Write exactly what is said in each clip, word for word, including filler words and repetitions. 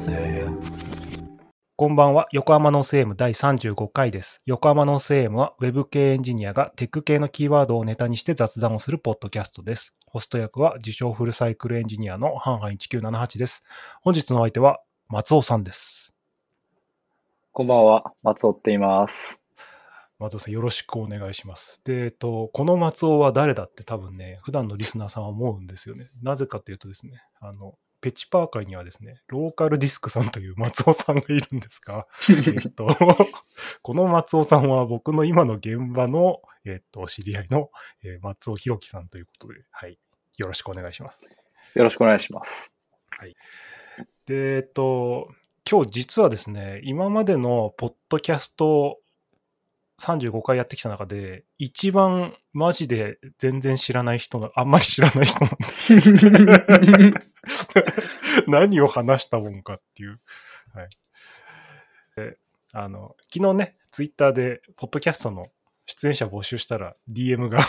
生。こんばんは。横浜ノース エーエム だいさんじゅうごかいです。横浜ノース エーエム は Web 系エンジニアがテック系のキーワードをネタにして雑談をするポッドキャストです。ホスト役は自称フルサイクルエンジニアのハンハンいちきゅうななはちです。本日のお相手は松尾さんです。 こんばんは。松尾って言います。 松尾さんよろしくお願いします。で、えっと、この松尾は誰だって多分ね、普段のリスナーさんは思うんですよね。なぜかというとですね、あの、ペチパー界にはですね、ローカルディスクさんという松尾さんがいるんですが、えっと、この松尾さんは僕の今の現場の、えっと、知り合いの、えー松尾弘樹さんということで、はい、よろしくお願いします。 よろしくお願いします。 はい。で、えっと、今日実はですね、今までのポッドキャストさんじゅうごかいやってきた中で、一番マジで全然知らない人の、あんまり知らない人なんで何を話したもんかっていう。はい。で、あの、昨日ね、ツイッターで、ポッドキャストの出演者募集したら、ディーエム が、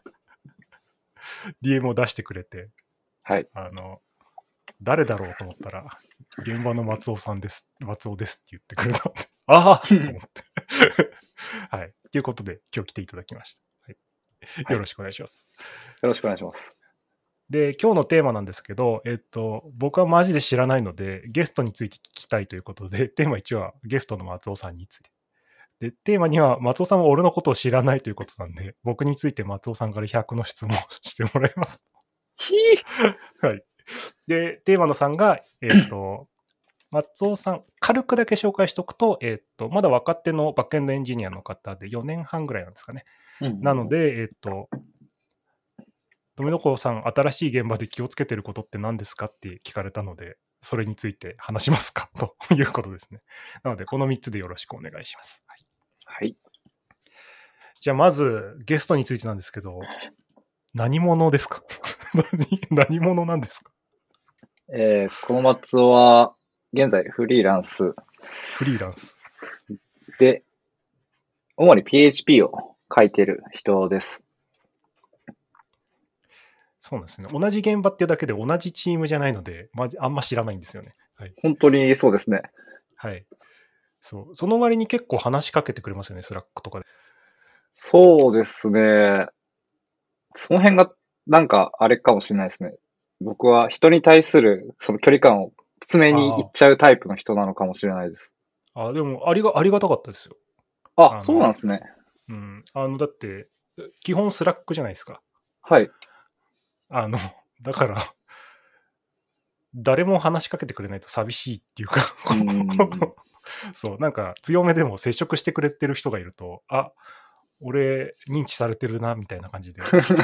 ディーエム を出してくれて、 はい。 あの、誰だろうと思ったら、現場の松尾さんです、松尾ですって言ってくれたんで、ああと思って。はい。ということで、今日来ていただきました。はいはいよろしくお願いします。 よろしくお願いします。 で、今日のテーマなんですけど、えっと、僕はマジで知らないので、ゲストについて聞きたいということで、テーマいちはゲストの松尾さんについて。で、テーマには松尾さんは俺のことを知らないということなんで、僕について松尾さんからひゃくの質問をしてもらいます。 ひはい。で、テーマのさんが、えっと、松尾さん、軽くだけ紹介しておくと、えっと、まだ若手のバックエンドエンジニアの方でよねんはんぐらいなんですかね。 ーなので、えっと、富所さん、新しい現場で気をつけてることって何ですかって聞かれたので、それについて話しますかということですね。なので、このみっつでよろしくお願いします。はい、 はい。 じゃあ、まず、ゲストについてなんですけど、何者ですか何何者なんですか？ えーこの松尾は、現在フリーランスフリーランス。 で、主に ピーエイチピー を書いてる人です。 そうなんですね。同じ現場っていうだけで同じチームじゃないので、まあ、あんま知らないんですよね。はい。 本当にそうですね。 はい。そう。その割に結構話しかけてくれますよね、スラックとかで。 そうですね。その辺が、なんか、あれかもしれないですね。僕は人に対する、その距離感を詰めに行っあちゃうタイプの人なのかもしれないです。 あ。あ、でも、ありが、ありがたかったですよ。 あ、 あの、 そうなんですね。 うん。あの、だって、基本スラックじゃないですか。 はい。 あの、だから、誰も話しかけてくれないと寂しいっていうかうーん。 そう、なんか強めでも接触してくれてる人がいると、あ、俺認知されてるな、みたいな感じで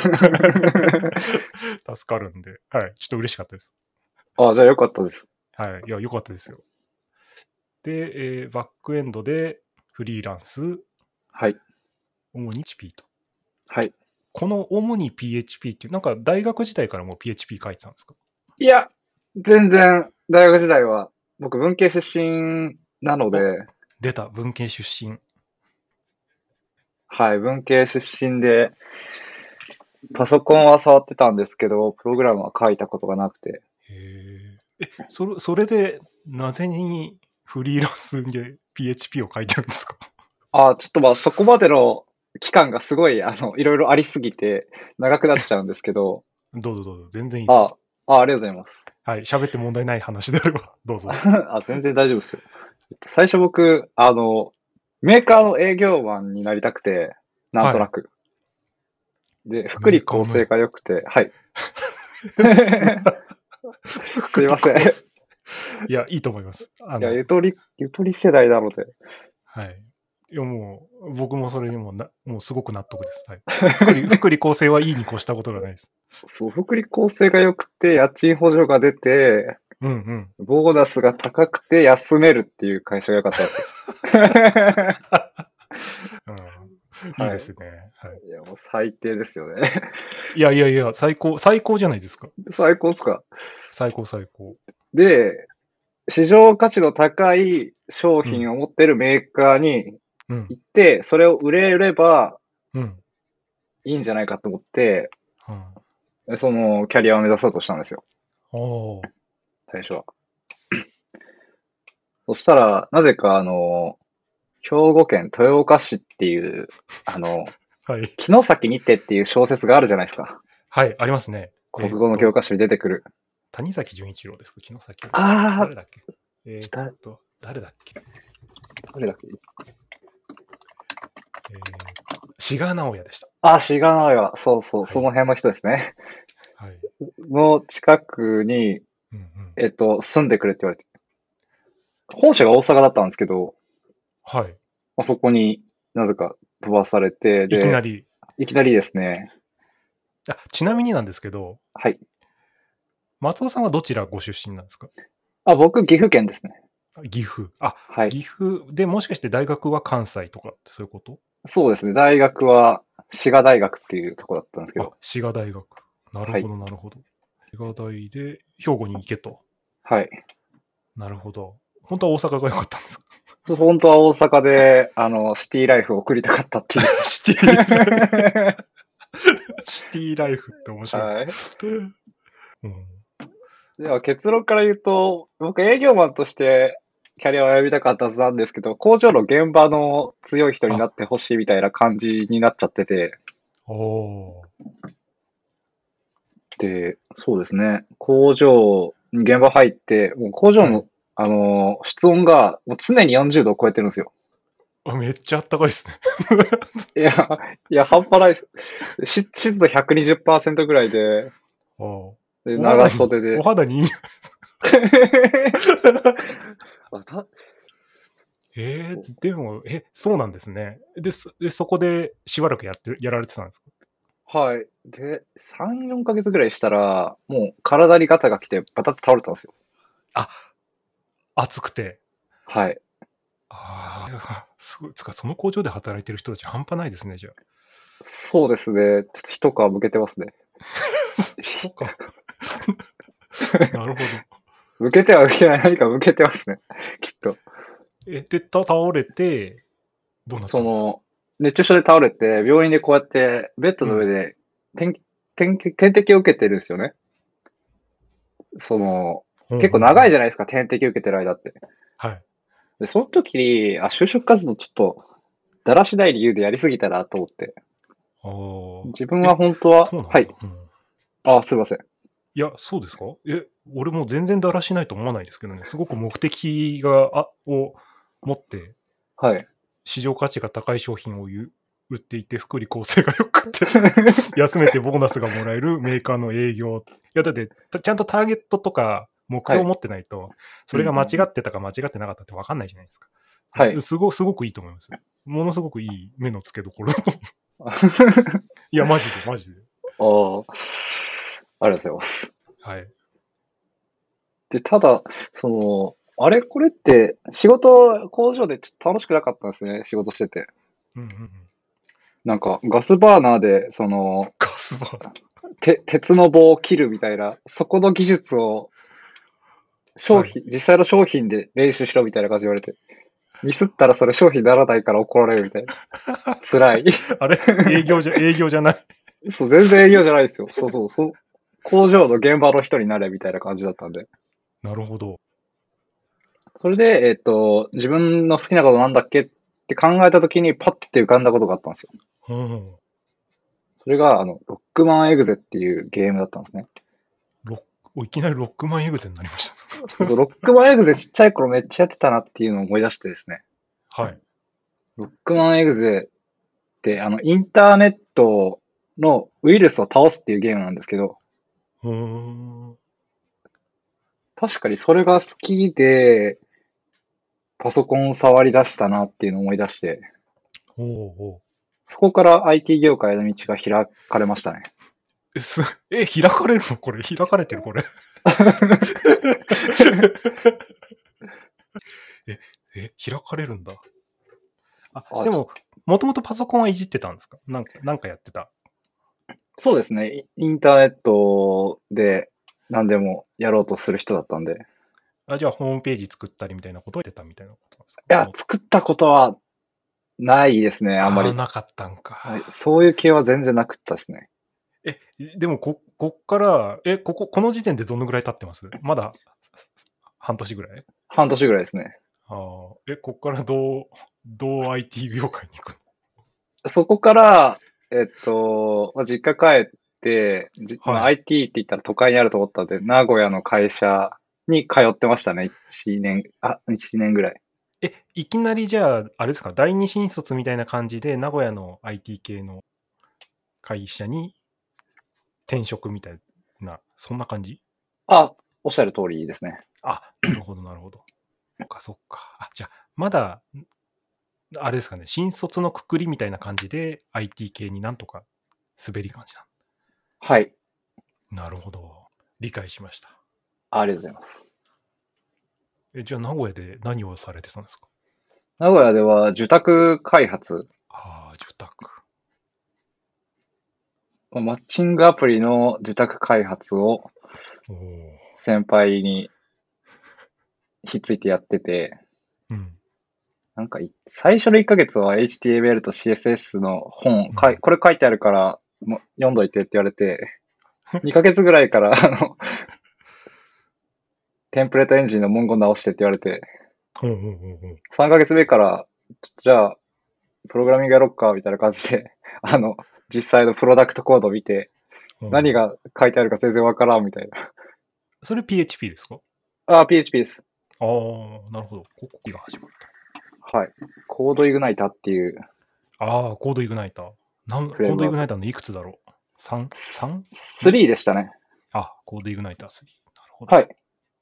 助かるんで、はい、ちょっと嬉しかったです。 あ、じゃあよかったです。 はい、いや、よかったですよ。で、えーバックエンドでフリーランス、 はい。 主に ピーエイチピー と。 はい。 この主に ピーエイチピー っていう、なんか大学時代からもう ピーエイチピー 書いてたんですか？ いや、全然、大学時代は、僕文系出身なのお、 で、 出た、文系出身。 はい、文系出身で、パソコンは触ってたんですけど、プログラムは書いたことがなくて。 へえ、それ、それで、なぜにフリーランスで ピーエイチピー を書いてるんですか？ あ、ちょっとまあそこまでの期間がすごい、あの、いろいろありすぎて、長くなっちゃうんですけど、 どうぞどうぞ、全然いいですよ。 あ、あ、ありがとうございます。 はい、喋って問題ない話であれば、どうぞ。 あ、全然大丈夫ですよ。最初僕、あの、メーカーの営業マンになりたくて、なんはい。 となく。で、福利厚メーカーの、 生が良くて、はい。す福利いません。 厚生。いや、いいと思います。あいや、 の、 ゆとり、ゆとり世代なので。 はい。いや、もう、僕もそれにもな、もうすごく納得です。はい。福利、福利厚生はいいに越したことがないです。 そう、福利厚生が良くて、家賃補助が出て、 うんうん。 ボーナスが高くて休めるっていう会社が良かったんですよ。 うん、いいはい。 ですね。はい。 いや、もう最低ですよね。 いやいやいや、最高、最高じゃないですか。 最高っすか。 最高最高。 で、市場価値の高い商うん。 品を持ってるメーカーにうん。 行って、それを売れればうん。 いいんじゃないかと思って、 うん。 そのキャリアを目指そうとしたんですよ。 おー。 最初は。 そしたら、なぜかあの、兵庫県豊岡市っていう、あの、 はい。 城崎にてっていう小説があるじゃないですか。 はい、ありますね。え国ーっと、 語の教科書に出てくる。 谷崎潤一郎ですか、城崎は。 あ誰だっけえーっあ、 と、誰だっけどれだっけ。 えー、志賀直哉でした。 あ、志賀直哉。そうそう、 はい。 その辺の人ですね。 はい。 の近くに、 うんうん。 えっと、住んでくれって言われて。本社が大阪だったんですけど、 はい。 まあ、そこになぜか飛ばされて、で、 いきなり。 いきなりですね。 あ、ちなみになんですけど、 はい。 松尾さんはどちらご出身なんですか？ あ、僕、岐阜県ですね。 岐阜。あ、 はい。 岐阜でもしかして大学は関西とかってそういうこと？ そうですね。大学は、滋賀大学っていうところだったんですけあ、 ど。 滋賀大学。なるはい。 ほど、なるほど。滋賀大で兵庫に行けと。 はい。 なるほど。本当は大阪が良かったんですか？ そう本当は大阪で、あの、シティライフを送りたかったっていう。 シティライフ。シティライフって面白い。 はい。 うん、 では結論から言うと、僕営業マンとしてキャリアを選びたかったはずなんですけど、工場の現場の強い人にあ、 なってほしいみたいな感じになっちゃってて、 おー。 で、そうですね、工場に現場入って、もう工場はい。 の、あのー室温がもう常によんじゅうどを超えてるんですよ。 あ、めっちゃあったかいですね。 いや、いや、半端ないです。し湿度ひゃくにじゅっパーセントぐらいで、 おで、 お肌長に、 袖で。 お肌にいい。 あたえー、 そう、 でも、え、そうなんですね。で、そでそこでしばらくやって、やられてたんですか？ はい。で、さん、よんかげつぐらいしたら、もう体にガタが来てバタッと倒れたんですよ。 あ、暑くて。 はい。 ああ、すごい。つか、その工場で働いてる人たち半端ないですね、じゃあ。 そうですね。ちょっと一皮むけてますね。 人か。なるほど。 むけてはむけない。何かむけてますね。きっと。 え、で、た倒れて、どうなったんですか？ その、熱中症で倒れて、病院でこうやってベッドうん。 の上で点点点滴を受けてるんですよね。その、 ほん結構ほんほん。 長いじゃないですか、点滴受けてる間って。 はい。 で、その時に、あ、就職活動ちょっと、だらしない理由でやりすぎたなと思って。 ああ。 自分はえ、 本当は、 そうなんだ。 はい。 うん。 あ、すいません。 いや、そうですか？え、俺も全然だらしないと思わないですけどね。すごく目的が、あ、を持って、 はい。 市場価値が高い商品を売っていて、福利厚生が良くて、休めてボーナスがもらえるメーカーの営業。いや、だって、ちゃんとターゲットとか目はい。 標を持ってないと、そうんうれが間違んうん。 ってたか間違ってなかったって分かんないじゃないですか。 はい。 すごすごくいいと思います。ものすごくいい目の付けどころだと思う。いや、マジで、マジで。 ああ、ありがとうございます。 はい。 で、ただ、その、あれこれって、仕事、工場でちょっと楽しくなかったんですね、仕事してて。 うんうんうん。 なんか、ガスバーナーで、その、 ガスバー。 て、鉄の棒を切るみたいな、そこの技術を、商はい。 品、実際の商品で練習しろみたいな感じで言われて、ミスったらそれ商品にならないから怒られるみたいな。辛い。 あれ営業じゃ、営業じゃない。 そう、全然営業じゃないですよ。そうそう、そう。工場の現場の人になれみたいな感じだったんで。 なるほど。 それで、えっと、自分の好きなことなんだっけって考えたときにパッて浮かんだことがあったんですよ。 うん。 それが、あの、ロックマンエグゼっていうゲームだったんですね。 ロック、おいきなりロックマンエグゼになりました。 そうそう、ロックマンエグゼちっちゃい頃めっちゃやってたなっていうのを思い出してですね。 はい。 ロックマンエグゼって、あの、インターネットのウイルスを倒すっていうゲームなんですけど、 うーん。 確かにそれが好きで、パソコンを触り出したなっていうのを思い出して、 おうおう。 そこから アイティー 業界の道が開かれましたね。 え、す、え、開かれるのこれ。開かれてるこれ。え、え、開かれるんだ。あ、 あ、ちでも、もともとパソコンはいじってたんですか？なんか、なんかやってた。 そうですね。イインターネットで何でもやろうとする人だったんで。 あ、じゃあ、ホームページ作ったりみたいなことをやってたみたいなことなんですか？ いや、 も作ったことはないですね、あんまああ、 り。 なかったんはい。 か。 そういう系は全然なくったですね。 え、でも、こ、こっから、え、ここ、この時点でどのぐらい経ってます？まだ、半年ぐらい？ 半年ぐらいですね。 ああ、え、こっからどう、どう アイティー 業界に行くの？ そこから、えっと、まあ、実家帰って、じまあ、 はい。 アイティー って言ったら都会にあると思ったんで、名古屋の会社に通ってましたね。いちねん、あ、いちねんぐらい。 え、いきなりじゃあ、あれですか、第二新卒みたいな感じで、名古屋の アイティー 系の会社に転職みたいな、そんな感じ？ あ、おっしゃる通りですね。 あ、なるほど、なるほど。そっか、そっか。あ、じゃあ、まだ、あれですかね、新卒のくくりみたいな感じで アイティー 系になんとか滑り感じはい。 な。なるほど。理解しました。 ありがとうございます。 え、じゃあ名古屋で何をされてたんですか？ 名古屋では受託開発、 ああ、住宅。 マッチングアプリの受託開発をおお。 先輩にひっついてやってて、 うん。 なんかい最初のいっかげつは エイチティーエムエル と シーエスエス の本、かいうん。 これ書いてあるからも読んどいてって言われて、にかげつぐらいからあの、テンプレートエンジンの文言直してって言われて、 ほうほうほうほう。 さんかげつめから、ちょっとじゃあ、プログラミングやろっか、みたいな感じで、あの、実際のプロダクトコードを見て、 ほう何が書いてあるか全然わからん、みたいな。 それ ピーエイチピー ですか？ ああ、ピーエイチピー です。 ああ、なるほど。ここが始まっはい。コードイグナイタっていうた。ああ、コードイグナイター。なんコードイフレームワーク。 グナイターのいくつだろう？ さん、さん? スリーでしたね。 あ、コードイグナイタースリー。なるほど。 はい。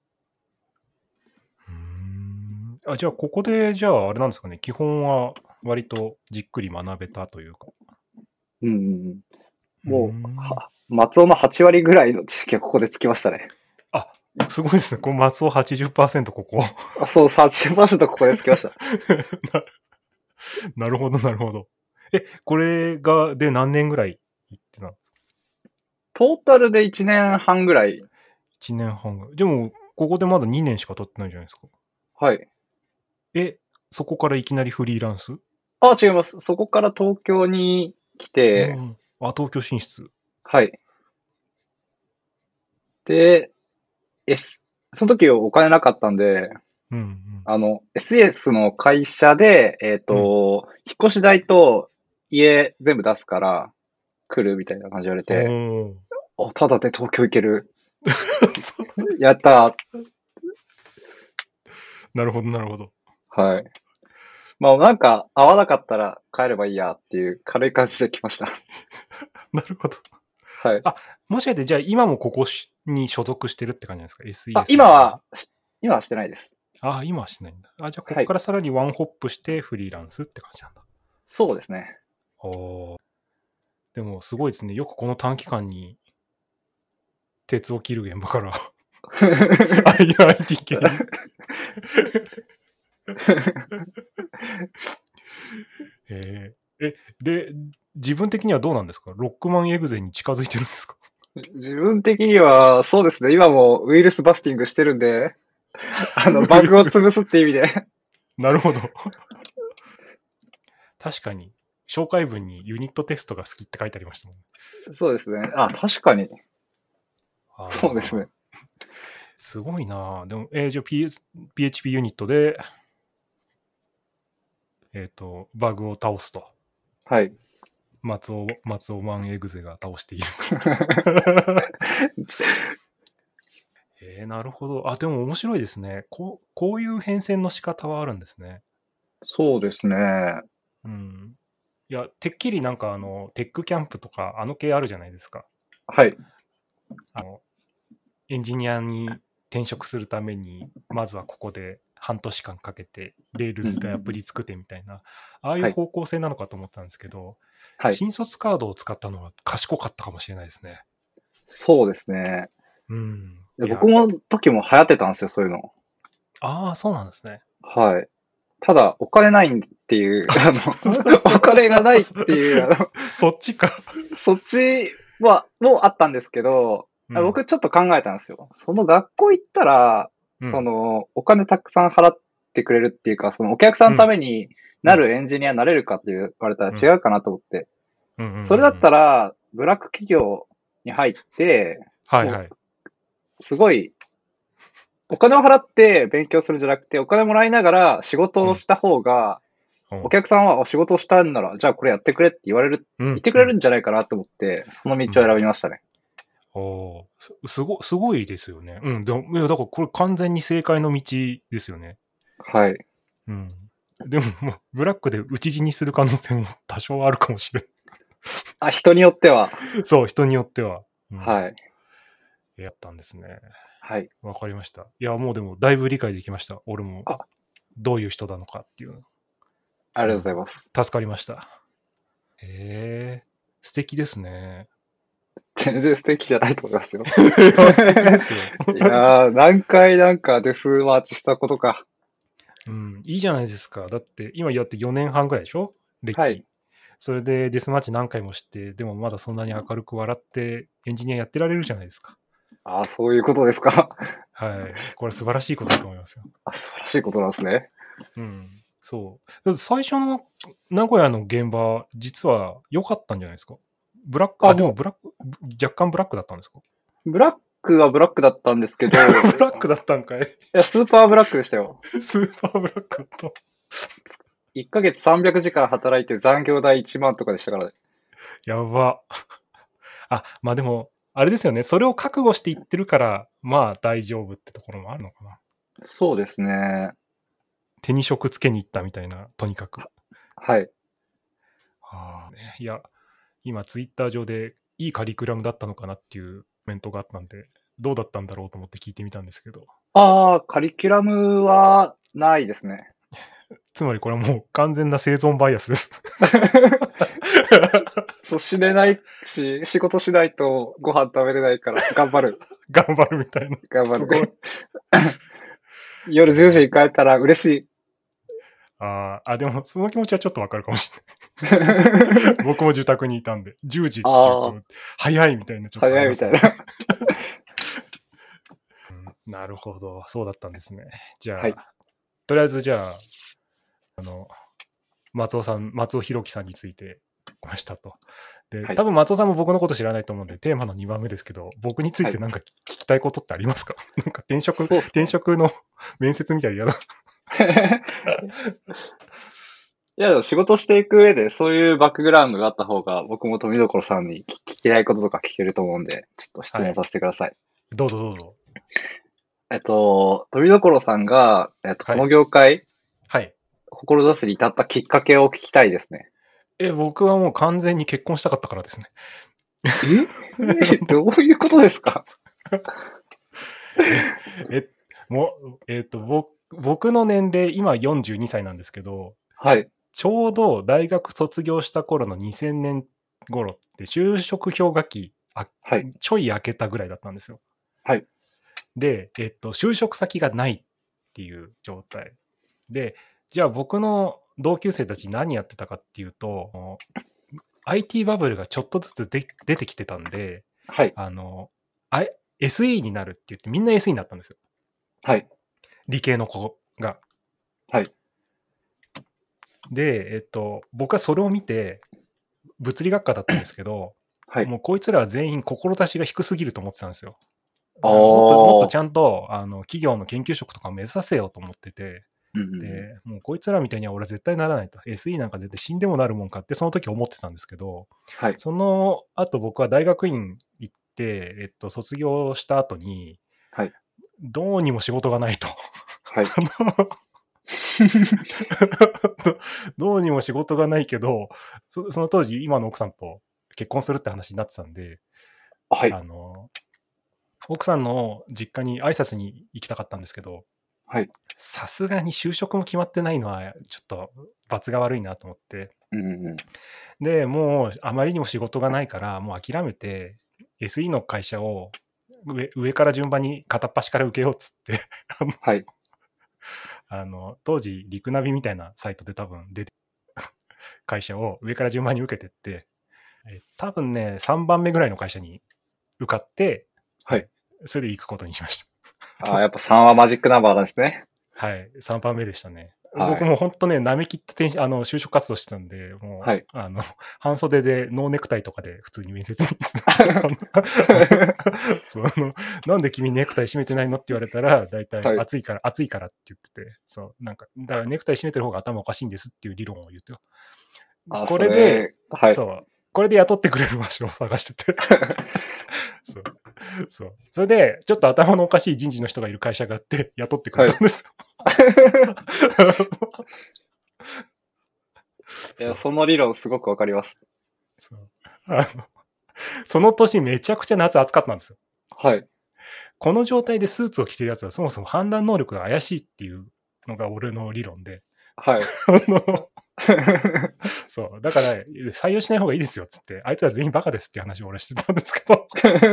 うーん。あ、じゃあ、ここで、じゃあ、あれなんですかね。基本は割とじっくり学べたというか。 うんうんうん。 うーもう、 ん。 は、松尾のはち割ぐらいの知識がここでつきましたね。 あ、すごいですね。この松尾はちじゅっパーセントここ。 あ、そう、さんじゅっパーセントここでつきました。 ななるほど、なるほど。え、これが、で何年ぐらい行ってたの？ トータルでいちねんはんぐらい。 いちねんはんぐらい。でも、ここでまだにねんしか経ってないじゃないですか。 はい。 え、そこからいきなりフリーランス？ あ、違います。そこから東京に来て、 うん。あ、東京進出。 はい。で、S、その時お金なかったんで、 うんうん。 あの、エスイエス の会社で、えっと、引っ越し代と家全部出すから来るみたいな感じで言われうん。 て、 おー。 お、ただで東京行ける。やったなるほど、なるほど。 ー。はい。まあなんか合わなかったら帰ればいいやっていう軽い感じで来ました。 なるほど。 はい。 あ、もしかして、じゃあ今もここに所属してるって感じなんですか？ あ、 エスイーエス の会社。 今は、今はしてないです。 あ、今はしてないんだ。あ、じゃあこはい。 っからさらにワンホップしてフリーランスって感じなんだ。 そうですね。 おー。でもすごいですね。よくこの短期間に鉄を切る現場からアイティー 系にえー、え、で、自分的にはどうなんですか？ロックマンエグゼに近づいてるんですか？ 自分的には、そうですね。今もウイルスバスティングしてるんで、あの、バグを潰すって意味で。 なるほど。確かに、紹介文にユニットテストが好きって書いてありましたもんね。 そうですね。あ、確かに。そうですね。 ああ、すごいな。でも、えーじゃあ ピーエス ピーエイチピー ユニットで、えっ、と、バグを倒すと。 はい。 松尾、松尾マンエグゼが倒していると。えー、なるほど。あ、でも面白いですね。こう、こういう変遷の仕方はあるんですね。 そうですね。 うん。いや、てっきりなんかあの、テックキャンプとか、あの系あるじゃないですか。 はい。 あの、エンジニアに転職するために、まずはここで半年間かけて、レールズでアプリ作ってみたいな、ああいうはい。 方向性なのかと思ったんですけど、 はい。 新卒カードを使ったのは賢かったかもしれないですね。 そうですね。 うん。 でいや、 僕も時も流行ってたんですよ、そういうの。 ああ、そうなんですね。 はい。ただ、お金ないっていう、あの、お金がないっていう、あの、 そっちか。 そっちは、もあったんですけど、 うん。 僕ちょっと考えたんですよ。その学校行ったら、 うん。 その、お金たくさん払ってくれるっていうか、そのお客さんのたうん。 めにうん。 なるエンジニアになれるかって言われたらうん。 違うかなと思って。 うん。うん。うん。 それだったら、ブラック企業に入って、もはいはい。 う、すごい、 お金を払って勉強するんじゃなくて、お金もらいながら仕事をした方が、 うん、 お客さんはお仕事をしたんなら、じゃあこれやってくれって言われる、 うん、 言ってくれるんじゃないかなと思って、その道を選びましたね。 うん、おすすご、すごいですよね。うん。でも、いやだからこれ完全に正解の道ですよね。 はい。 うん。でも、もうブラックで討ち死にする可能性も多少あるかもしれない。 あ、人によっては。 そう、人によっては。うん、 はい。 やったんですね。 はい。 わかりました。いや、もうでも、だいぶ理解できました。俺も、 あ、 どういう人なのかっていう。 ありがとうございます。 うん、助かりました。へえ、素敵ですね。 全然素敵じゃないと思いますよ。 素敵ですよ。 いやー、何回なんかデスマーチしたことか。 うん、いいじゃないですか。だって、今やってよねんはんぐらいでしょ歴。はい。それでデスマッチ何回もして、でもまだそんなに明るく笑ってエンジニアやってられるじゃないですか。 ああ、そういうことですか。 はい。これ素晴らしいことだと思いますよ。 あ、素晴らしいことなんですね。 うん。そう。だって最初の名古屋の現場、実は良かったんじゃないですか。ブラック、あ、でもブラック、若干ブラックだったんですか。 ブラックはブラックだったんですけど。 ブラックだったんかい。いや、スーパーブラックでしたよ。 スーパーブラックだった。 いっかげつさんびゃくじかん働いて残業代いちまんとかでしたからね。 やば。あ、まあでも、あれですよね。それを覚悟していってるから、まあ大丈夫ってところもあるのかな。 そうですね。 手に職つけに行ったみたいな、とにかく。 はい。 はあ、いや、今ツイッター上でいいカリキュラムだったのかなっていうコメントがあったんで、どうだったんだろうと思って聞いてみたんですけど。 ああ、カリキュラムはないですね。 つまりこれはもう完全な生存バイアスです。 そう、死ねないし、仕事しないとご飯食べれないから頑張る。 頑張るみたいな。 頑張る。夜じゅうじに帰ったら嬉しい。 ああ、でもその気持ちはちょっとわかるかもしれない。僕も自宅にいたんで、じゅうじって言うと、早いみたいな、ちょっと、 早いみたいな、 うん。なるほど、そうだったんですね。じゃあ、 はい、 とりあえずじゃあ、あの、松尾さん、松尾弘樹さんについてましたと。で、はい、多分松尾さんも僕のこと知らないと思うんで、テーマのにばんめですけど、僕について何か聞きたいことってありますか？はい、なんか転職、転職の面接みたいで嫌だ。 いや、でも仕事していく上でそういうバックグラウンドがあった方が、僕も富所さんに聞きたいこととか聞けると思うんで、ちょっと質問させてください。はい、 どうぞどうぞ。 えっと、富所さんが、えっと、この業界、 はい。 志すに至ったきっかけを聞きたいですね。 え、僕はもう完全に結婚したかったからですね。 えどういうことですか？ え、え、もう、えっと、僕、僕の年齢、今よんじゅうにさいなんですけど、 はい。 ちょうど大学卒業した頃のにせんねん頃って就職氷河期、あ、はい、ちょい明けたぐらいだったんですよ。 はい。 で、えっと、就職先がないっていう状態。で、じゃあ僕の同級生たち何やってたかっていうと、アイティー バブルがちょっとずつで出てきてたんで、 はい。 あの、あ エスイー になるって言ってみんな エスイー になったんですよ。 はい。 理系の子が。 はい。 で、えっと、僕はそれを見て、物理学科だったんですけど、はい、もうこいつらは全員志が低すぎると思ってたんですよ。もっともっとちゃんとあの企業の研究職とか目指せよと思ってて、うんうん、でもうこいつらみたいには俺は絶対ならないと、 エスイー なんか絶対死んでもなるもんかってその時思ってたんですけど、はい、その後僕は大学院行って、えっと、卒業した後に、はい、どうにも仕事がないと、はい、どうにも仕事がないけど そ, その当時今の奥さんと結婚するって話になってたんで、はい、あの奥さんの実家に挨拶に行きたかったんですけど、さすがに就職も決まってないのはちょっと罰が悪いなと思って、うんうん、でもうあまりにも仕事がないからもう諦めて エスイー の会社を 上, 上から順番に片っ端から受けようっつってはい、あの当時リクナビみたいなサイトで多分出て会社を上から順番に受けてって、多分ねさんばんめぐらいの会社に受かって、はい、それで行くことにしました。 ああ、やっぱさんはマジックナンバーなんですね。 はい、さんばんめでしたね。 僕も本当ね、舐め切った転あの就職活動してたんで、もう、 はい。 あの、半袖でノーネクタイとかで普通に面接にそう、あの、なんで君ネクタイ締めてないのって言われたら、大体はい。 暑いから、暑いからって言ってて、そう、なんか、だからネクタイ締めてる方が頭おかしいんですっていう理論を言ってよ。 あ、 こそれで、 れ、はい。 そう、これで雇ってくれる場所を探してて。そう。そう。それで、ちょっと頭のおかしい人事の人がいる会社があって、雇ってくれはい。 たんですよ。 いや、 そう。 その理論すごくわかります。 そう。あの、その年めちゃくちゃ夏暑かったんですよ。 はい。 この状態でスーツを着てるやつはそもそも判断能力が怪しいっていうのが俺の理論で。 はい。 あのそう。だから、採用しない方がいいですよっつって、あいつら全員バカですっていう話を俺してたんですけど。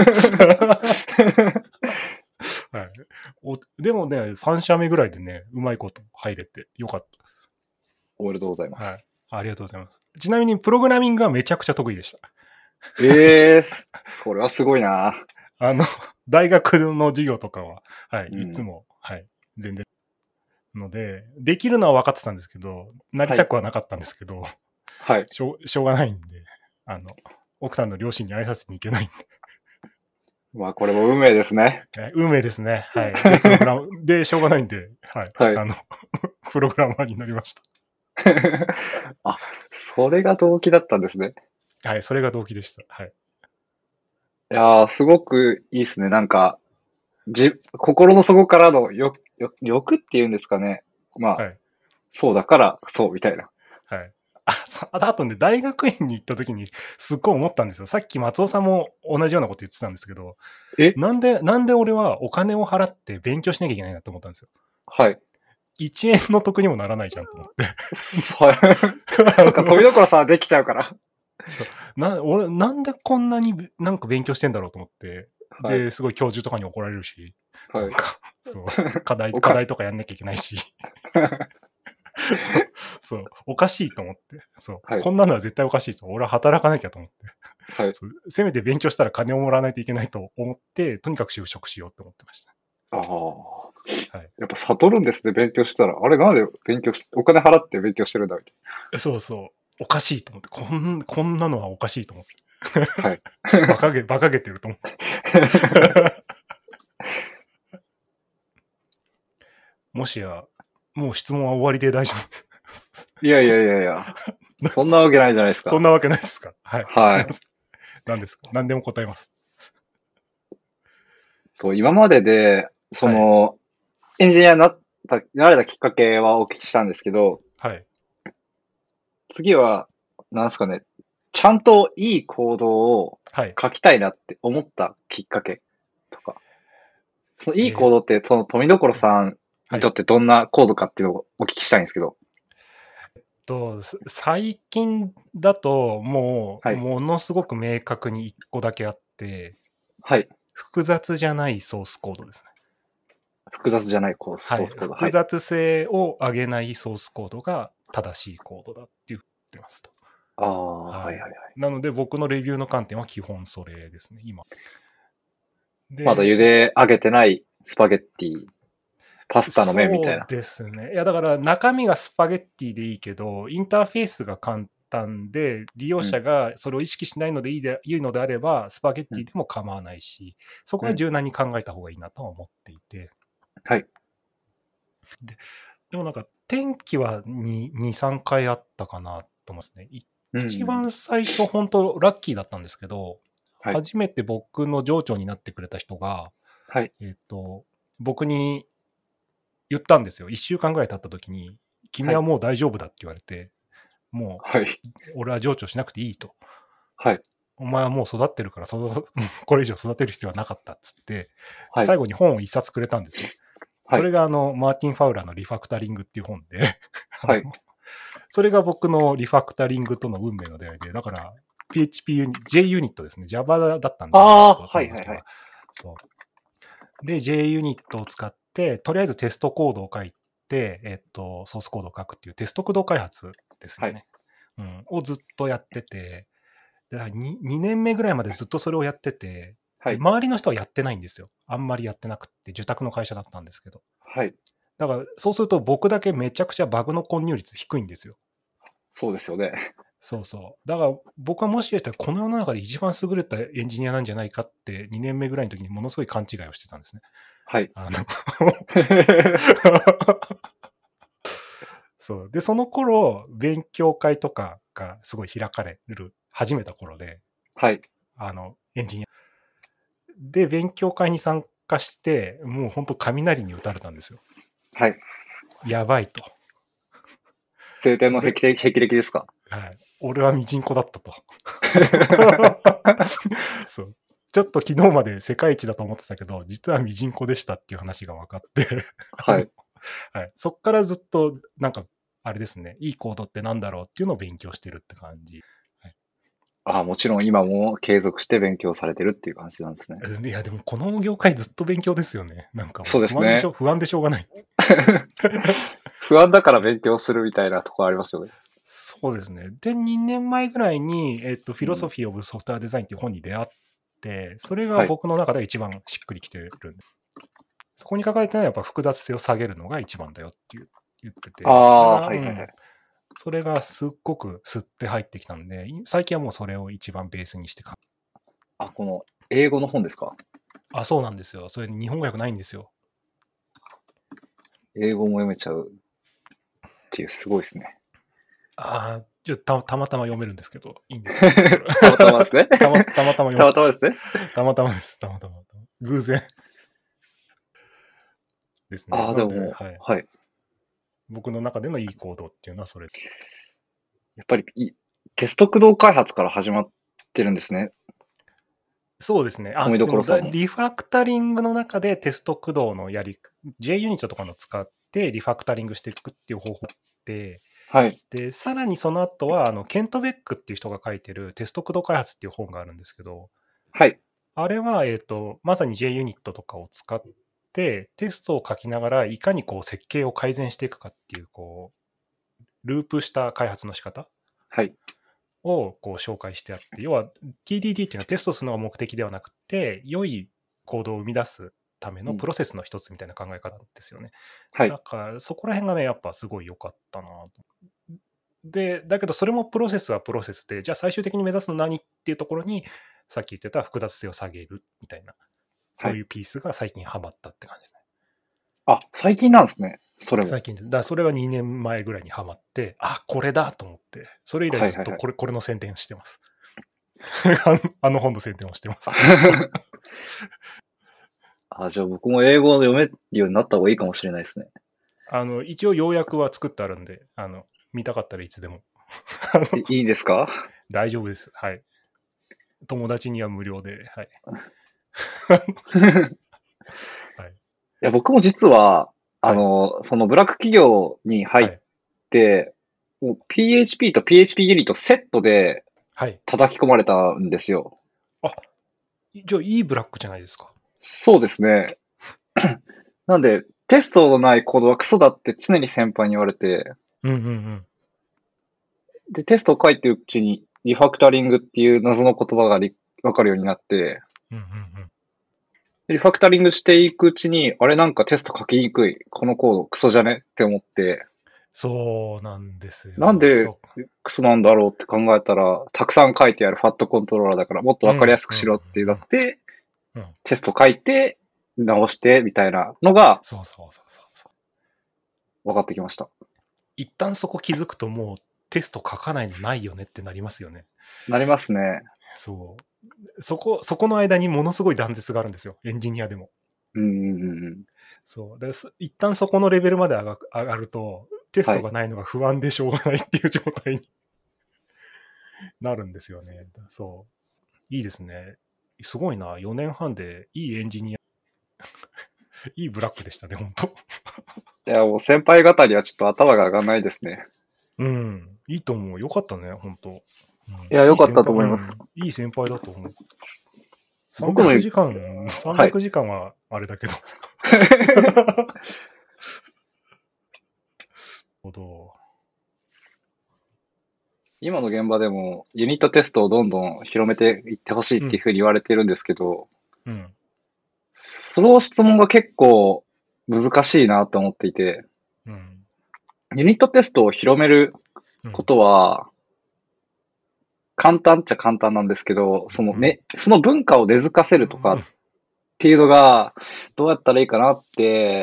はい、おでもね、さん社目ぐらいでね、うまいこと入れてよかった。 おめでとうございまはい。 す。 ありがとうございます。ちなみに、プログラミングはめちゃくちゃ得意でした。 ええー、それはすごいな。 あの、大学の授業とかは、はい、 うん、 いつも、はい、全然。ので、できるのは分かってたんですけど、なりたくはなかったんですけど、 はい。 しょう、しょうがないんで、あの、奥さんの両親に挨拶に行けないんで。 まあ、これも運命ですね。 運命ですね。はい。で、プログラム、で、しょうがないんで、はい。 はい。 あの、プログラマーになりました。 あ、それが動機だったんですね。 はい、それが動機でした。はい。 いやー、すごくいいですね。なんか、じ、心の底からのよ、よ、欲っていうんですかね。まあ、 はい。 そうだから、そう、みたいな。 はい。あ、そあとね、大学院に行った時にすっごい思ったんですよ。さっき松尾さんも同じようなこと言ってたんですけど、 えなんで、なんで俺はお金を払って勉強しなきゃいけないなと思ったんですよ。 はい。 いちえんの得にもならないじゃんと思って。 そ、そっか、富所さんはできちゃうから。 そうな俺なんでこんなになんか勉強してんだろうと思って、 はい。 で、すごい教授とかに怒られるし、なはい。 んか、そう、課題、 おか、 課題とかやんなきゃいけないし、そう、そう、おかしいと思って、そう、 はい。 こんなのは絶対おかしいと、俺は働かなきゃと思って、 はい。 そう、せめて勉強したら金をもらわないといけないと思って、とにかく就職しようと思ってました。 ああ。 はい。 やっぱ悟るんですね、勉強したら。あれ、なんで勉強し、お金払って勉強してるんだみたいそうそう、おかしいと思って、こんこんなのはおかしいと思って。 な。はい。 馬鹿げ、馬鹿げてると思って。もしや、もう質問は終わりで大丈夫です。 いやいやいやいや。そんなわけないじゃないですか。 そんなわけないですか。はい。 はい。 すいません。何ですか。何でも答えます。 と、今までで、そはい。 の、エンジニアになった、なれたきっかけはお聞きしたんですけど、 はい。 次は、なんですかね、ちゃんといいコードをはい。 書きたいなって思ったきっかけとか。そのいいコーえドって、その富所さんー、はい。 にとってどんなコードかっていうのをお聞きしたいんですけど。 と、す最近だと、もう、 はい。 ものすごく明確に一個だけあって、 はい。 複雑じゃないソースコードですね。 複雑じゃないコース、 はい。 ソースコード。は複い。 雑性を上げないソースコードが正しいコードだって言ってますと。 ああ、 はい。 はいはいはい。 なので、僕のレビューの観点は基本それですね、今。 まだ茹で、 で上げてないスパゲッティ、パスタの麺みたいな。 そうですね。いや、だから中身がスパゲッティでいいけど、インターフェースが簡単で、利用うん。 者がそれを意識しないのでいいでいいのであれば、スパゲッうん。 ティでも構わないし、そこうん。 は柔軟に考えた方がいいなとは思っていて。 はい。 で、でもなんか、天気はに、に、さんかいあったかなと思いますね。 うん。 一番最初、本当ラッキーだったんですけど、 はい。 初めて僕の上長になってくれた人が、 はい。 えっと、僕に言ったんですよ。いっしゅうかんぐらい経った時に、君はい。 はもう大丈夫だって言われて、もはい。 う、俺は上長しなくていいと。 はい。 お前はもう育ってるから育、これ以上育てる必要はなかったっつって、 はい。 最後に本を一冊くれたんですね。 はい。 それがあの、マーティン・ファウラーのリファクタリングっていう本で、あの、 はい。 それが僕のリファクタリングとの運命の出会いで、だから、ピーエイチピー、J ユニットですね。Java だったんで、ずっああ、 とその時は。 はいはいはい。 そう。で、J ユニットを使って、とりあえずテストコードを書いて、えっと、ソースコードを書くっていうテスト駆動開発ですはい。 よね。うん。をずっとやってて、で 2, 2年目ぐらいまでずっとそれをやってて、で、 はい。 周りの人はやってないんですよ。あんまりやってなくって、受託の会社だったんですけど。 はい。 だから、そうすると僕だけめちゃくちゃバグの混入率低いんですよ。 そうですよね。 そうそう。だから僕はもしかしたらこの世の中で一番優れたエンジニアなんじゃないかってにねんめぐらいの時にものすごい勘違いをしてたんですね。 はい。 あのそう。で、その頃、勉強会とかがすごい開かれる、始めた頃で、 はい。 あの、エンジニア。で、勉強会に参加して、もう本当雷に打たれたんですよ。 はい。 やばいと。 晴天の霹靂霹靂ですか？ はい。俺はミジンコだったと。そう。ちょっと昨日まで世界一だと思ってたけど、実はミジンコでしたっていう話が分かって、 はい。 はい。そっからずっと、なんか、あれですね、いいコードってなんだろうっていうのを勉強してるって感じ。はい、 あ、もちろん今も継続して勉強されてるっていう感じなんですね。 いや、でもこの業界ずっと勉強ですよね。なんかそうですね。 不安でしょ、不安でしょうがない。 不安だから勉強するみたいなとこありますよね。 そうですね。で、にねんまえぐらいに、えっと、フィロソフィー・オブ・ソフトウェア・デザインっていう本に出会って、それが僕の中で一番しっくりきてるんで、はい、そこに書かれてるのはやっぱ複雑性を下げるのが一番だよっていう言ってて、 ああ、はいはいはい、うん。 それがすっごく吸って入ってきたんで、最近はもうそれを一番ベースにして書く。 あ、この英語の本ですか？ あ、そうなんですよ。それ日本語訳ないんですよ。 英語も読めちゃうっていうすごいですね。 ああ、ちょたたまたま読めるんですけど、いいんですよ。 たまたまですね。 たまたまたま読めたまたまですね。 たまたまです。たまたま。偶然。ですね。 ああ、でも、はい、はい。 僕の中でのいいコードっていうのはそれ。 やっぱりテスト駆動開発から始まってるんですね。 そうですね。あ、 米所さんもリファクタリングの中でテスト駆動のやり、J ユニットとかの使ってリファクタリングしていくっていう方法で、 はい。 で、さらにその後は、あの、ケント・ベックっていう人が書いてるテスト駆動開発っていう本があるんですけど、 はい。 あれは、えっと、まさに J ユニットとかを使って、テストを書きながら、いかにこう設計を改善していくかっていう、こう、ループした開発の仕方はい。 をこう紹介してあって、要は ティーディーディー っていうのはテストするのが目的ではなくて、良いコードを生み出すためのプロセスの一つみたいな考え方ですよね。 はい。 だからそこら辺がね、やっぱすごい良かったなと。で、だけどそれもプロセスはプロセスで、じゃあ最終的に目指すの何っていうところに、さっき言ってた複雑性を下げるみたいな、そういうピースが最近ハマったって感じですね。 はい、あ、最近なんですね。それも。 最近で。だからそれがにねんまえぐらいにハマって、あ、これだと思って、それ以来ずっとこれ、はいはいはい、これの宣伝をしてます。あの本の宣伝をしてます。 あ、じゃあ僕も英語を読めるようになった方がいいかもしれないですね。 あの、一応要約は作ってあるんで、あの、見たかったらいつでも。 いいですか？ 大丈夫です。はい。友達には無料で、はい。 はい、いや僕も実は、あの、はい、そのブラック企業に入って、はい、もう ピーエイチピー と ピーエイチピー ユニットセットで叩き込まれたんですよ。 はい、あ、じゃあいいブラックじゃないですか。 そうですね。なんで、テストのないコードはクソだって常に先輩に言われて、 うんうんうん。 で、テストを書いてるうちに、リファクタリングっていう謎の言葉がわかるようになって、 うんうんうん、 リファクタリングしていくうちに、あれなんかテスト書きにくい、このコードクソじゃねって思って、 そうなんですよ。 なんでクソなんだろうって考えたら、たくさん書いてあるファットコントローラーだからもっとわかりやすくしろってなって、テスト書いて、直してみたいなのが、 そうそうそうそう。 分かってきました。 一旦そこ気づくともうテスト書かないのないよねってなりますよね。 なりますね。 そう。そこ、そこの間にものすごい断絶があるんですよ。エンジニアでも。 うんうんうん。 そうで。一旦そこのレベルまで上が上がると、テストがないのが不安でしょうがないっていう状態になるんですよね。そう。いいですね。すごいな。よねんはんでいいエンジニア。いいブラックでしたね、本当。 いや、もう先輩方にはちょっと頭が上がらないですね。 うん。いいと思う。よかったね、本当。うん、いや、よかったと思います。 いい先輩だと思う。さんびゃくじかん、さんびゃくじかんはあれだけど。はい、ほど。 今の現場でもユニットテストをどんどん広めていってほしいっていうふうに言われてるんですけど、 うん、うん、 その質問が結構難しいなと思っていて、 うん、 ユニットテストを広めることは、簡単っちゃ簡単なんですけど、そのね、うん、その文化を根付かせるとかっていうのが、どうやったらいいかなって、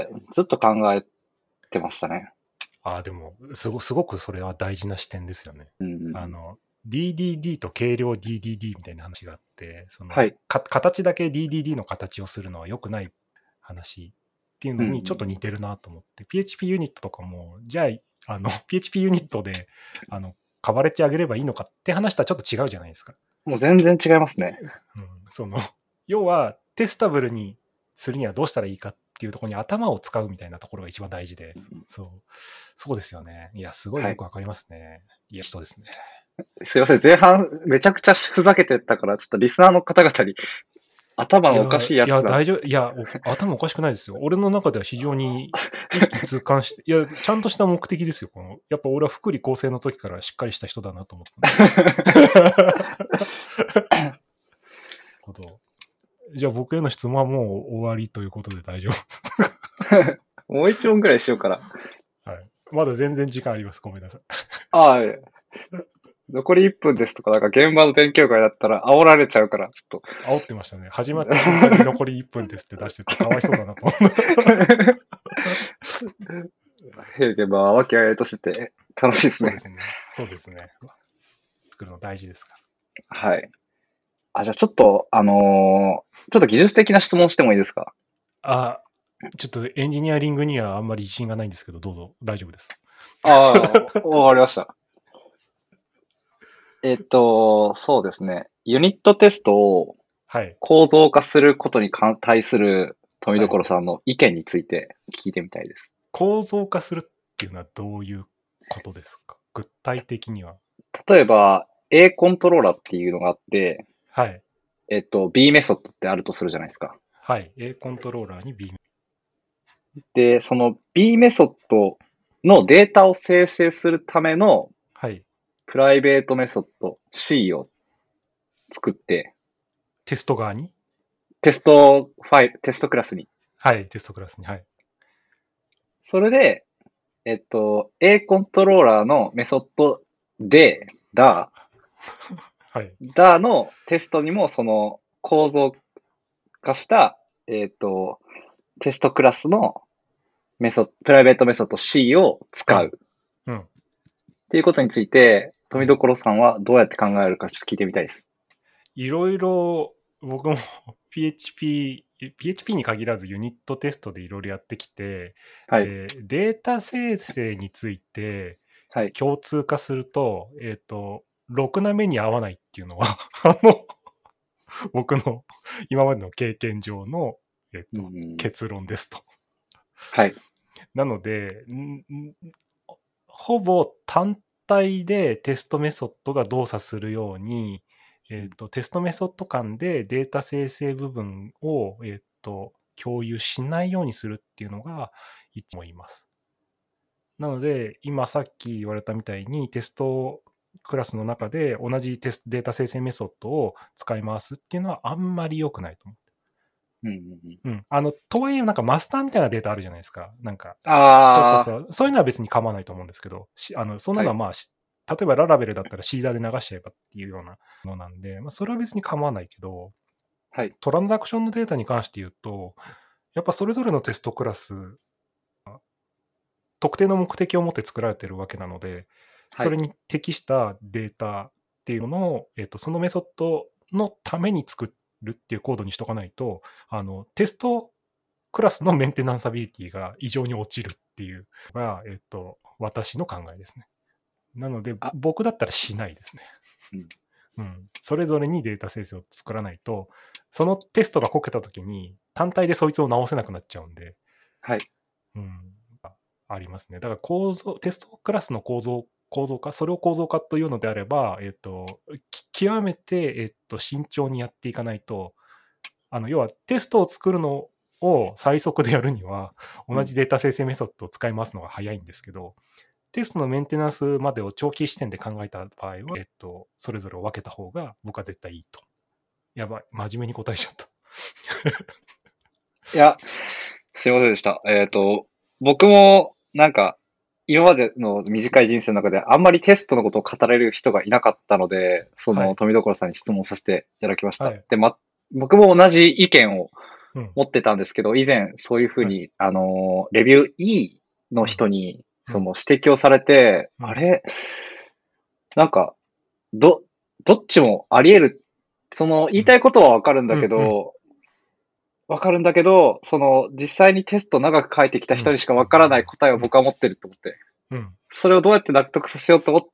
ずっと考えてましたね。 ああ、でもすご、すごくそれは大事な視点ですよね。 うん、 あの、ディーディーディー と軽量 ディーディーディー みたいな話があって、その、 はい、 か形だけ ディーディーディー の形をするのは良くない話っていうのにちょっと似てるなと思って、うん、ピーエイチピー ユニットとかも、じゃあ、あの、ピーエイチピー ユニットで、あの、カバレッジ上げればいいのかって話とはちょっと違うじゃないですか。 もう全然違いますね。 うん、その、要は、テスタブルにするにはどうしたらいいかっていうところに頭を使うみたいなところが一番大事で、そう、そうですよね。いや、すごいよくわかりますね。はい、いや、人ですね。 すいません、前半めちゃくちゃふざけてたから、ちょっとリスナーの方々に頭のおかしいやつだ。 いや、いや大丈夫。いや、頭おかしくないですよ。俺の中では非常に一気通貫して、いや、ちゃんとした目的ですよ。このやっぱ俺は福利厚生の時からしっかりした人だなと思った。ほど。じゃあ僕への質問はもう終わりということで大丈夫。もう一問ぐらいしようかな。 はい。まだ全然時間あります。ごめんなさい。 ああ、残りいっぷんですとか、なんか現場の勉強会だったら煽られちゃうから、ちょっと。 煽ってましたね。始まった瞬間に残りいっぷんですって出しててかわいそうだなと思う。 平家は和気あいあいとしてて楽しいですね。 そうですね。そうですね。作るの大事ですから。はい。あ、じゃあちょっと、あのー、ちょっと技術的な質問してもいいですか？ あ、ちょっとエンジニアリングにはあんまり自信がないんですけど、どうぞ大丈夫です。 ああ、わかりました。えっと、そうですね。ユニットテストを構造化することに対する富所さんの意見について聞いてみたいです。 はい、構造化するっていうのはどういうことですか？具体的には。 例えば、A コントローラーっていうのがあって、 はい。 えっと、B メソッドってあるとするじゃないですか。 はい。A コントローラーに B メソッド。で、その B メソッドのデータを生成するための、 はい。 プライベートメソッド C を作って、 テスト側にテストファイル、テストクラスに。 はい、テストクラスに。はい。 それで、えっと、A コントローラーのメソッドで、だ、 はい。 だのテストにもその構造化した、えっと、テストクラスのメソッド、プライベートメソッド C を使う。うん。うん、っていうことについて、富所さんはどうやって考えるかちょっと聞いてみたいです。 いろいろ、僕も ピーエイチピー、ピーエイチピー に限らずユニットテストでいろいろやってきて、はい、でデータ生成について共通化すると、はい、えっ、ー、と、ろくな目に合わないっていうのは、あの、僕の今までの経験上の、えっ、ー、と、うん、結論ですと。 はい。 なので、ほぼ単体でテストメソッドが動作するように、えーと、テストメソッド間でデータ生成部分を、えーと、共有しないようにするっていうのがいつも言います。なので、今さっき言われたみたいにテストクラスの中で同じテストデータ生成メソッドを使い回すっていうのはあんまり良くないと思う。うんうんうん、あのとはいえ、なんかマスターみたいなデータあるじゃないですか。なんか、あそうそうそう。そういうのは別に構わないと思うんですけど、あのそんなのはまあ、はい、例えばララベルだったらシーダーで流しちゃえばっていうようなものなんで、まあ、それは別に構わないけど、はい、トランザクションのデータに関して言うと、やっぱそれぞれのテストクラス、特定の目的を持って作られてるわけなので、それに適したデータっていうのを、えーと、そのメソッドのために作るっていうコードにしとかないと、あのテストクラスのメンテナンサビリティが異常に落ちるっていうのが、えっと、私の考えですね。なので、僕だったらしないですね。うんうん。それぞれにデータ生成を作らないと、そのテストがこけたときに、単体でそいつを直せなくなっちゃうんで、 はい。 うん、ありますね。だから構造、テストクラスの構造、構造化、それを構造化というのであれば、えっと、極めて、えっと、慎重にやっていかないと、あの要はテストを作るのを最速でやるには、同じデータ生成メソッドを使い回すのが早いんですけど、テストのメンテナンスまでを長期視点で考えた場合は、えっと、それぞれを分けた方が僕は絶対いいと。やばい、真面目に答えちゃった。 いや、すすいませんでした。えっ、ー、と、僕もなんか、今までの短い人生の中であんまりテストのことを語れる人がいなかったので、その富所さんに質問させていただきました。はい、で、ま、僕も同じ意見を持ってたんですけど、うん、以前そういうふうに、はい、あの、レビュー E の人に、その指摘をされて、うん、あれ、なんか、ど、どっちもあり得る。その言いたいことはわかるんだけど、うんうんうんわかるんだけど、その、実際にテスト長く書いてきた人にしかわからない答えを僕は持ってると思って。うん。それをどうやって納得させようと思って、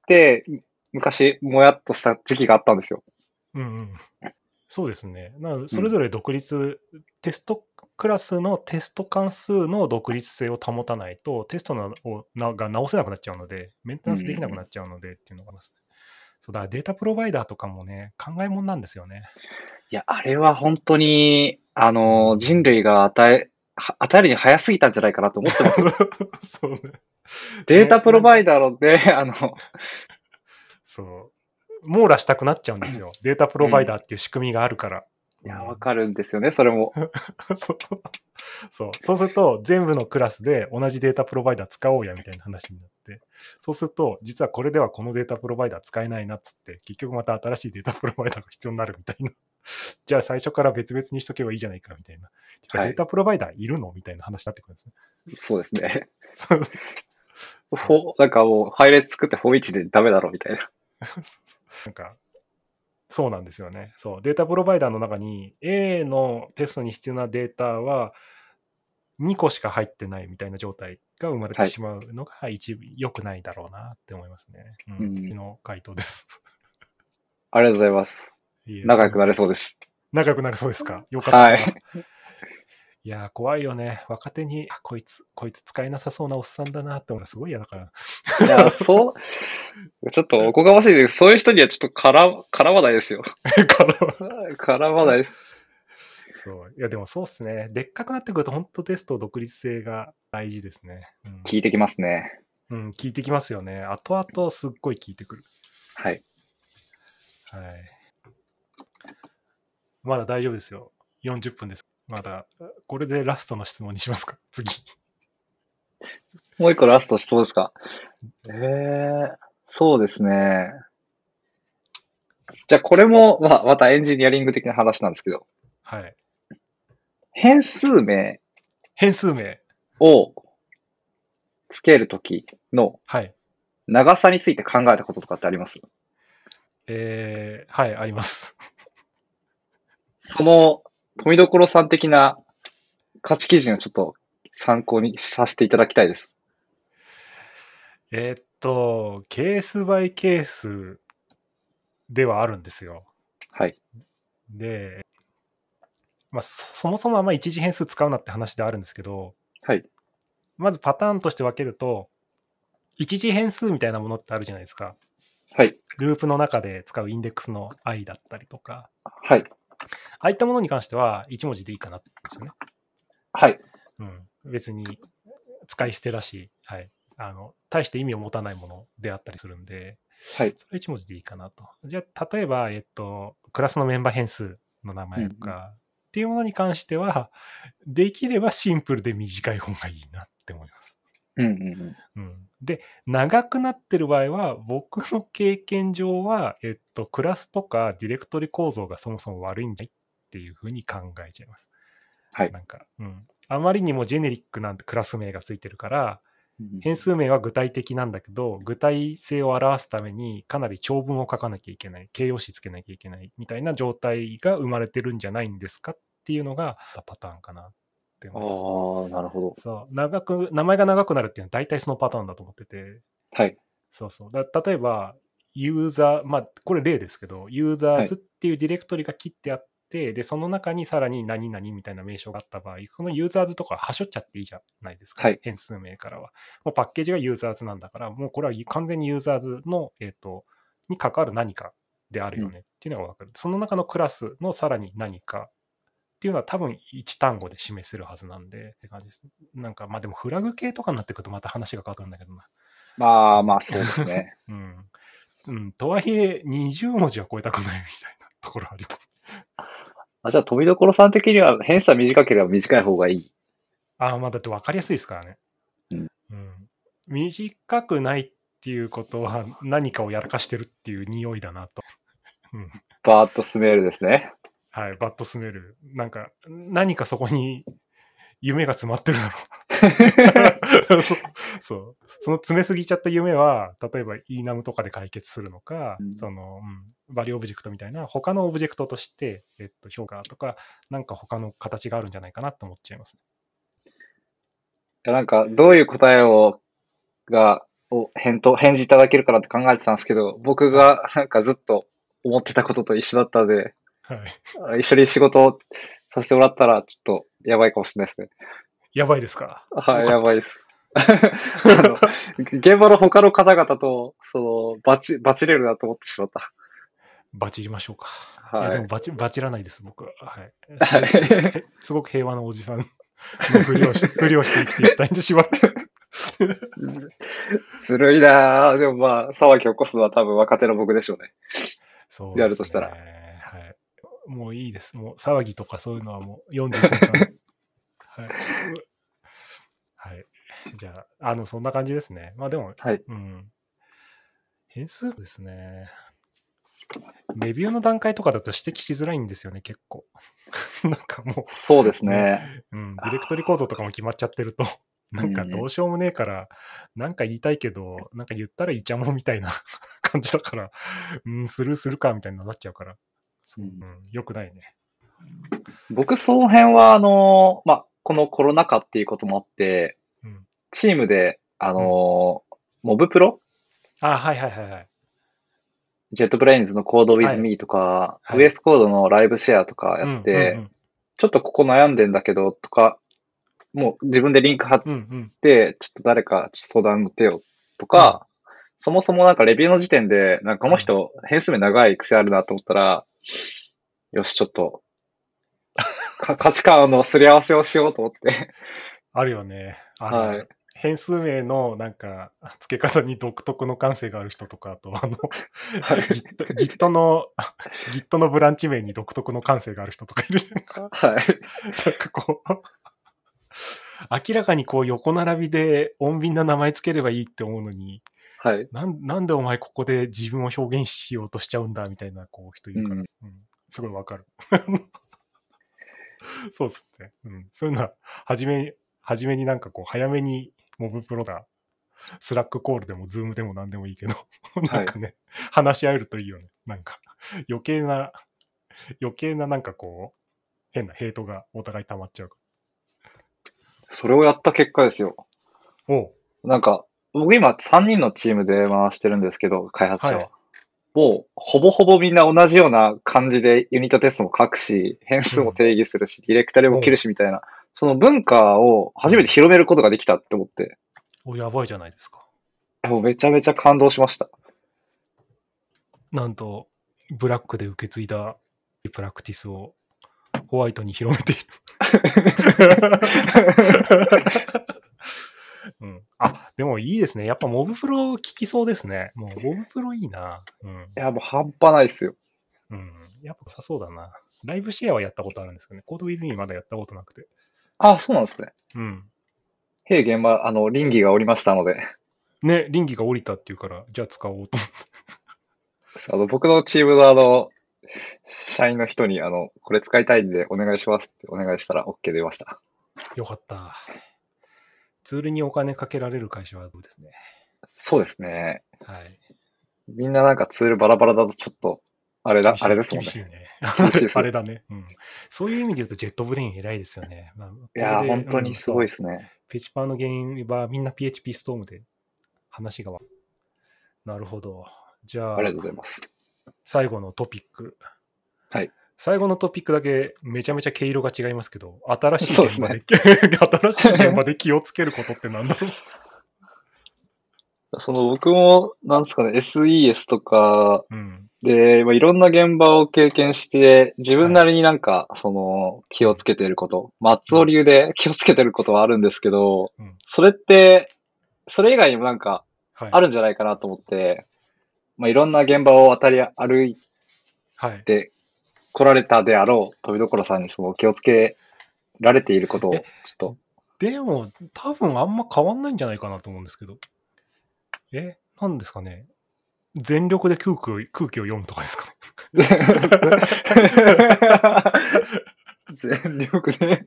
昔、もやっとした時期があったんですよ。 うんうん。そうですね。なそれぞれ独立、うん、テストクラスのテスト関数の独立性を保たないと、テストのをなが直せなくなっちゃうので、メンテナンスできなくなっちゃうのでっていうのがあります、ね。うん、そうだ、データプロバイダーとかもね、考えもんなんですよね。 いや、あれは本当に、あの、人類が与え、与えるに早すぎたんじゃないかなと思ってますよ。そうね。データプロバイダーので、あの、 そう。網羅したくなっちゃうんですよ。データプロバイダーっていう仕組みがあるから。 うん、いや、わかるんですよね、それも。 そう。そう。そうすると、全部のクラスで同じデータプロバイダー使おうやみたいな話になって、そうすると、実はこれではこのデータプロバイダー使えないなっつって、結局また新しいデータプロバイダーが必要になるみたいな。じゃあ最初から別々にしとけばいいじゃないかみたいな。はい、データプロバイダーいるのみたいな話になってくるんですね。 そうですね。なんかもう配列作ってフォーイチでダメだろみたいな。 なんか、そうなんですよね。そう。データプロバイダーの中に A のテストに必要なデータはにこしか入ってないみたいな状態が生まれてしまうのが一部良くないだろうなって思いますね。うん。うん、の回答です。 ありがとうございます。仲良くなれそうです。 仲良くなれそうですか。よかった。はい。いやー、怖いよね。若手に、こいつ、こいつ使えなさそうなおっさんだなって思うのすごい嫌だから。 いや、そう、ちょっとおこがましいです。そういう人にはちょっと絡、絡まないですよ。絡, 絡まないです。 そう。いや、でもそうっすね。でっかくなってくると、本当テスト独立性が大事ですね。 うん、聞いてきますね。 うん、聞いてきますよね。後々すっごい聞いてくる。 はい。 はい。まだ大丈夫ですよ。よんじゅっぷんです。まだ、これでラストの質問にしますか、次。 もう一個ラスト質問ですか。えー、そうですね。じゃあこれも、まあ、またエンジニアリング的な話なんですけど。 はい。 変数名。 変数名。 をつけるときの、 はい。 長さについて考えたこととかってあります？ えー、はい、あります。 その、富所さん的な価値基準をちょっと参考にさせていただきたいです。 えー、っと、ケースバイケースではあるんですよ。 はい。 で、まあ、そもそもあんま一次変数使うなって話であるんですけど、 はい。 まずパターンとして分けると、一次変数みたいなものってあるじゃないですか。 はい。 ループの中で使うインデックスの i だったりとか。 はい。 ああいったものに関してはいち文字でいいかなって思うんですよね。 はい。 うん。別に使い捨てだし、はい。あの、大して意味を持たないものであったりするんで、 はい。 それいち文字でいいかなと。じゃあ、例えば、えっと、クラスのメンバー変数の名前とか、うんうん、っていうものに関しては、できればシンプルで短い方がいいなって思います。 うんうんうんうん、で、長くなってる場合は、僕の経験上は、えっと、クラスとかディレクトリ構造がそもそも悪いんじゃないっていうふうに考えちゃいます。 はい。 なんか、うん。あまりにもジェネリックなんてクラス名がついてるから、変数名は具体的なんだけど、具体性を表すためにかなり長文を書かなきゃいけない、形容詞つけなきゃいけないみたいな状態が生まれてるんじゃないんですかっていうのがパターンかなって思います。 ああ、なるほど。 そう、長く、名前が長くなるっていうのは大体そのパターンだと思ってて。 はい。 そうそう。だ例えば、ユーザー、まあ、これ例ですけど、ユーザーズっていうディレクトリが切ってあって、はい、で、その中にさらに何々みたいな名称があった場合、そのユーザーズとかはしょっちゃっていいじゃないですか。 はい、 変数名からは。もうパッケージがユーザーズなんだから、もうこれは完全にユーザーズの、えっと、に関わる何かであるよねっていうのが分かる。うん、その中のクラスのさらに何かっていうのは多分一単語で示せるはずなんでって感じです。なんかまあでもフラグ系とかになってくるとまた話が変わるんだけどな。 まあまあそうですね。 うん。うん。とはいえにじゅう文字は超えたくないみたいなところあります。 あ、じゃあ富所さん的には変数は短ければ短い方がいい。 ああ、まあだって分かりやすいですからね。うん。うん、短くないっていうことは何かをやらかしてるっていう匂いだなと。 うん、バッドスメールですね。 はい、バッドスメール。なんか、何かそこに夢が詰まってるだろう。そう。その詰めすぎちゃった夢は、例えば イーナム とかで解決するのか、うん、その、うん、バリオブジェクトみたいな他のオブジェクトとして、えっと、評価とか、なんか他の形があるんじゃないかなと思っちゃいますね。 なんか、どういう答えを、が、を返答、返事いただけるかなって考えてたんですけど、僕がなんかずっと思ってたことと一緒だったので、はい、一緒に仕事をさせてもらったら、ちょっとやばいかもしれないですね。 やばいですか？ はい、やばいです。あの現場の他の方々と、その、バチ、バチれるなと思ってしまった。 バチりましょうか。 はい。 いや、でもバチ、バチらないです、僕は。はい。すごく、すごく平和なおじさんのふりをし、ふりをして生きていきたいんで、しばらく。 ず, ずるいなぁ。でもまあ、騒ぎ起こすのは多分若手の僕でしょうね。 そうですね。 やるとしたら。はい。 もういいです。もう騒ぎとかそういうのはもうよんじゅう超えたんで。はい。はい。じゃあ、あの、そんな感じですね。まあでも、 はい。 うん。変数ですね。レビューの段階とかだと指摘しづらいんですよね、結構。なんかもう、 そうですね、 ね。うん。ディレクトリ構造とかも決まっちゃってると、なんかどうしようもねえから、なんか言いたいけど、なんか言ったらいちゃもんみたいな感じだから、うん、スルーするかみたいになっちゃうから、そう、うん、よくないね。 僕、その辺は、あの、まあ、このコロナ禍っていうこともあって、うん、チームで、あの、うん、モブプロあ、はいはいはいはい。 ジェットブレインズのコード with me とか、はい、ウエスコードのライブシェアとかやって、うんうんうん、ちょっとここ悩んでんだけど、とか、もう自分でリンク貼って、うんうん、ちょっと誰か相談乗ってよとか、うん、そもそもなんかレビューの時点で、なんかこの人変数名長い癖あるなと思ったら、よし、ちょっと、価値観のすり合わせをしようと思って。 あるよね。ある、はい。変数名のなんか付け方に独特の感性がある人とか、あとあの、はい、Git, Git の Git のブランチ名に独特の感性がある人とかいるじゃんか。 はい。なんかこう明らかにこう横並びで穏便な名前つければいいって思うのに、 はい。 なん、なんでお前ここで自分を表現しようとしちゃうんだみたいなこう人いるから、うんうん、すごいわかる。そうですね。うん。そういうのは、はじめ、はじめになんかこう、早めにモブプロだ、スラックコールでもズームでも何でもいいけど、なんかね、はい、話し合えるといいよね。なんか、余計な、余計ななんかこう、変なヘイトがお互い溜まっちゃう。 それをやった結果ですよ。 おう。 なんか、僕今さんにんのチームで回してるんですけど、開発者は。はい、もう、ほぼほぼみんな同じような感じでユニットテストも書くし、変数も定義するし、うん、ディレクタリも切るしみたいな、その文化を初めて広めることができたって思って。 お、やばいじゃないですか。 もうめちゃめちゃ感動しました。 なんと、ブラックで受け継いだプラクティスをホワイトに広めている。うん、あ、でもいいですね。やっぱモブプロ効きそうですね。もうモブプロいいな。うん、いや、もう半端ないっすよ。 うん。やっぱ良さそうだな。ライブシェアはやったことあるんですけどね。コードウィズミーまだやったことなくて。 あ、そうなんですね。 うん。 へい、現場、あの、臨機がおりましたので。 ね、臨機が降りたっていうから、じゃあ使おうと思って。 あの、僕のチームのあの、社員の人に、あの、これ使いたいんでお願いしますってお願いしたら OK 出ました。 よかった。ツールにお金かけられる会社はどうですね。 そうですね。 はい。 みんななんかツールバラバラだとちょっと、あれだ、あれですもんね。 厳しいね。厳しいですね。あれだね、うん。そういう意味で言うとジェットブレイン偉いですよね。まあ、 いやー、本当にすごいですね。 うん、ペチパーの原因はみんな ピーエイチピー ストームで話が。なるほど。じゃあ、 ありがとうございます。 最後のトピック。 はい。最後のトピックだけめちゃめちゃ毛色が違いますけど、新しい現場で、ね、新しい現場で気をつけることってなんだろう。 その僕も、なんですかね、エスイーエス とかで、うん、まあ、いろんな現場を経験して、自分なりになんか、その、気をつけてること、はい、松尾流で気をつけてることはあるんですけど、うん、それって、それ以外にもなんか、あるんじゃないかなと思って、はい、まあ、いろんな現場を渡り歩いて来られたであろう、飛びどころさんにその気をつけられていることを、ちょっと。 でも、多分あんま変わんないんじゃないかなと思うんですけど。え、なんですかね。全力で空気を空気を読むとかですかね。 全力で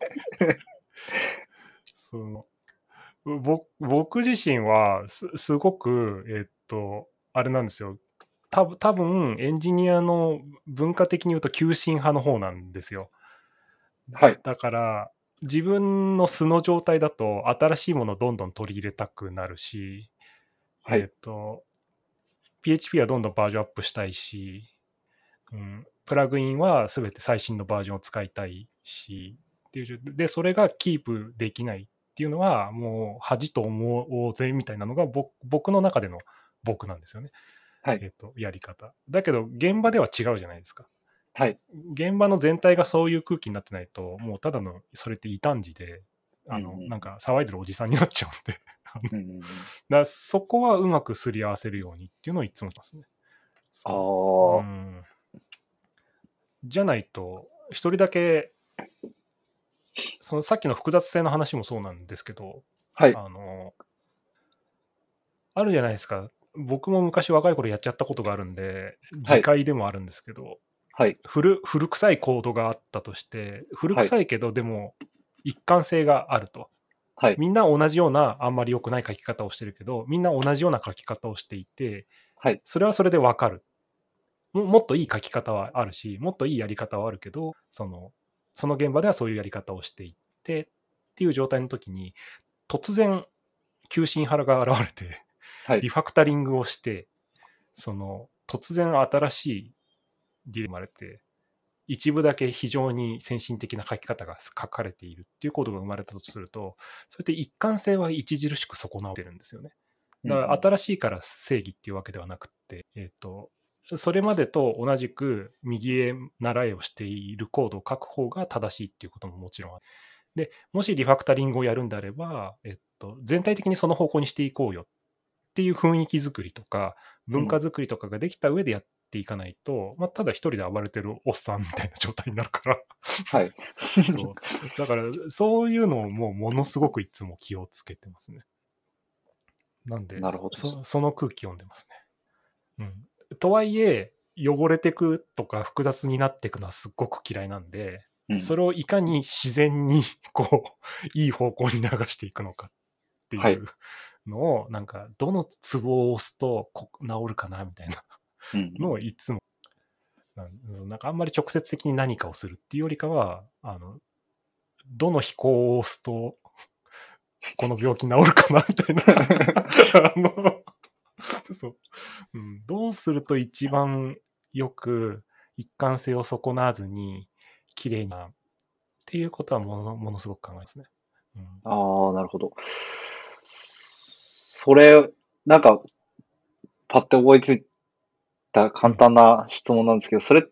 その僕僕自身はすすごく、えっと、あれなんですよ。多分多分エンジニアの文化的に言うと急進派の方なんですよ。 はい。 だから自分の素の状態だと新しいものをどんどん取り入れたくなるし、 はい、 えっと ピーエイチピー はどんどんバージョンアップしたいし、うん、プラグインは全て最新のバージョンを使いたいしっていうでそれがキープできないっていうのはもう恥と思おうぜみたいなのが僕僕の中での僕なんですよね。 はい。 えっと、やり方。だけど現場では違うじゃないですか。 はい。 現場の全体がそういう空気になってないと、もうただのそれって異端児で、あの、 うんうん、 なんか騒いでるおじさんになっちゃうんでうんうんうん、 だからそこはうまくすり合わせるようにっていうのをいつも言いますね。 あうあ。 ん。じゃないと、一人だけ、そのさっきの複雑性の話もそうなんですけど、 はい。 あの、あるじゃないですか。僕も昔若い頃やっちゃったことがあるんで、自戒でもあるんですけど、 はい。 古古臭いコードがあったとして、古はい。 臭いけど、でも一貫性があると。 はい。 みんな同じようなあんまり良くない書き方をしてるけど、みんな同じような書き方をしていて、 はい。 それはそれでわかる。ももっといい書き方はあるし、もっといいやり方はあるけど、そのその現場ではそういうやり方をしていってっていう状態の時に、突然、急進派が現れて、 はい。 リファクタリングをして、その突然新しいディレ生まれて、一部だけ非常に先進的な書き方が書かれているっていうコードが生まれたとすると、それって一貫性は著しく損なってるんですよね。だから新しいから正義っていうわけではなくて、えっと、それまでと同じく右へ習いをしているコードを書く方が正しいっていうことももちろんある。で、もしリファクタリングをやるんであれば、えっと、全体的にその方向にしていこうよっていう雰囲気作りとか、文化作りとかができた上でやっていかないと、まあ、ただ一人で暴れてるおっさんみたいな状態になるからはい。 そう。だから、そういうのをもうものすごくいつも気をつけてますね。なんで、 なるほど。 そその空気読んでますね。うん。とはいえ、汚れてくとか複雑になっていくのはすっごく嫌いなんで、うん、それをいかに自然にこういい方向に流していくのかっていうのを、はい、なんかどのツボを押すと治るかなみたいなのをいつも、うん、なんかあんまり直接的に何かをするっていうよりかは、あのどの飛行を押すとこの病気治るかなみたいなあのそう、うん、どうすると一番よく一貫性を損なわずに綺麗なっていうことはものものすごく考えますね。 うん、ああ、なるほど。それ、なんか、パッて思いついた簡単な質問なんですけど、うん、それって、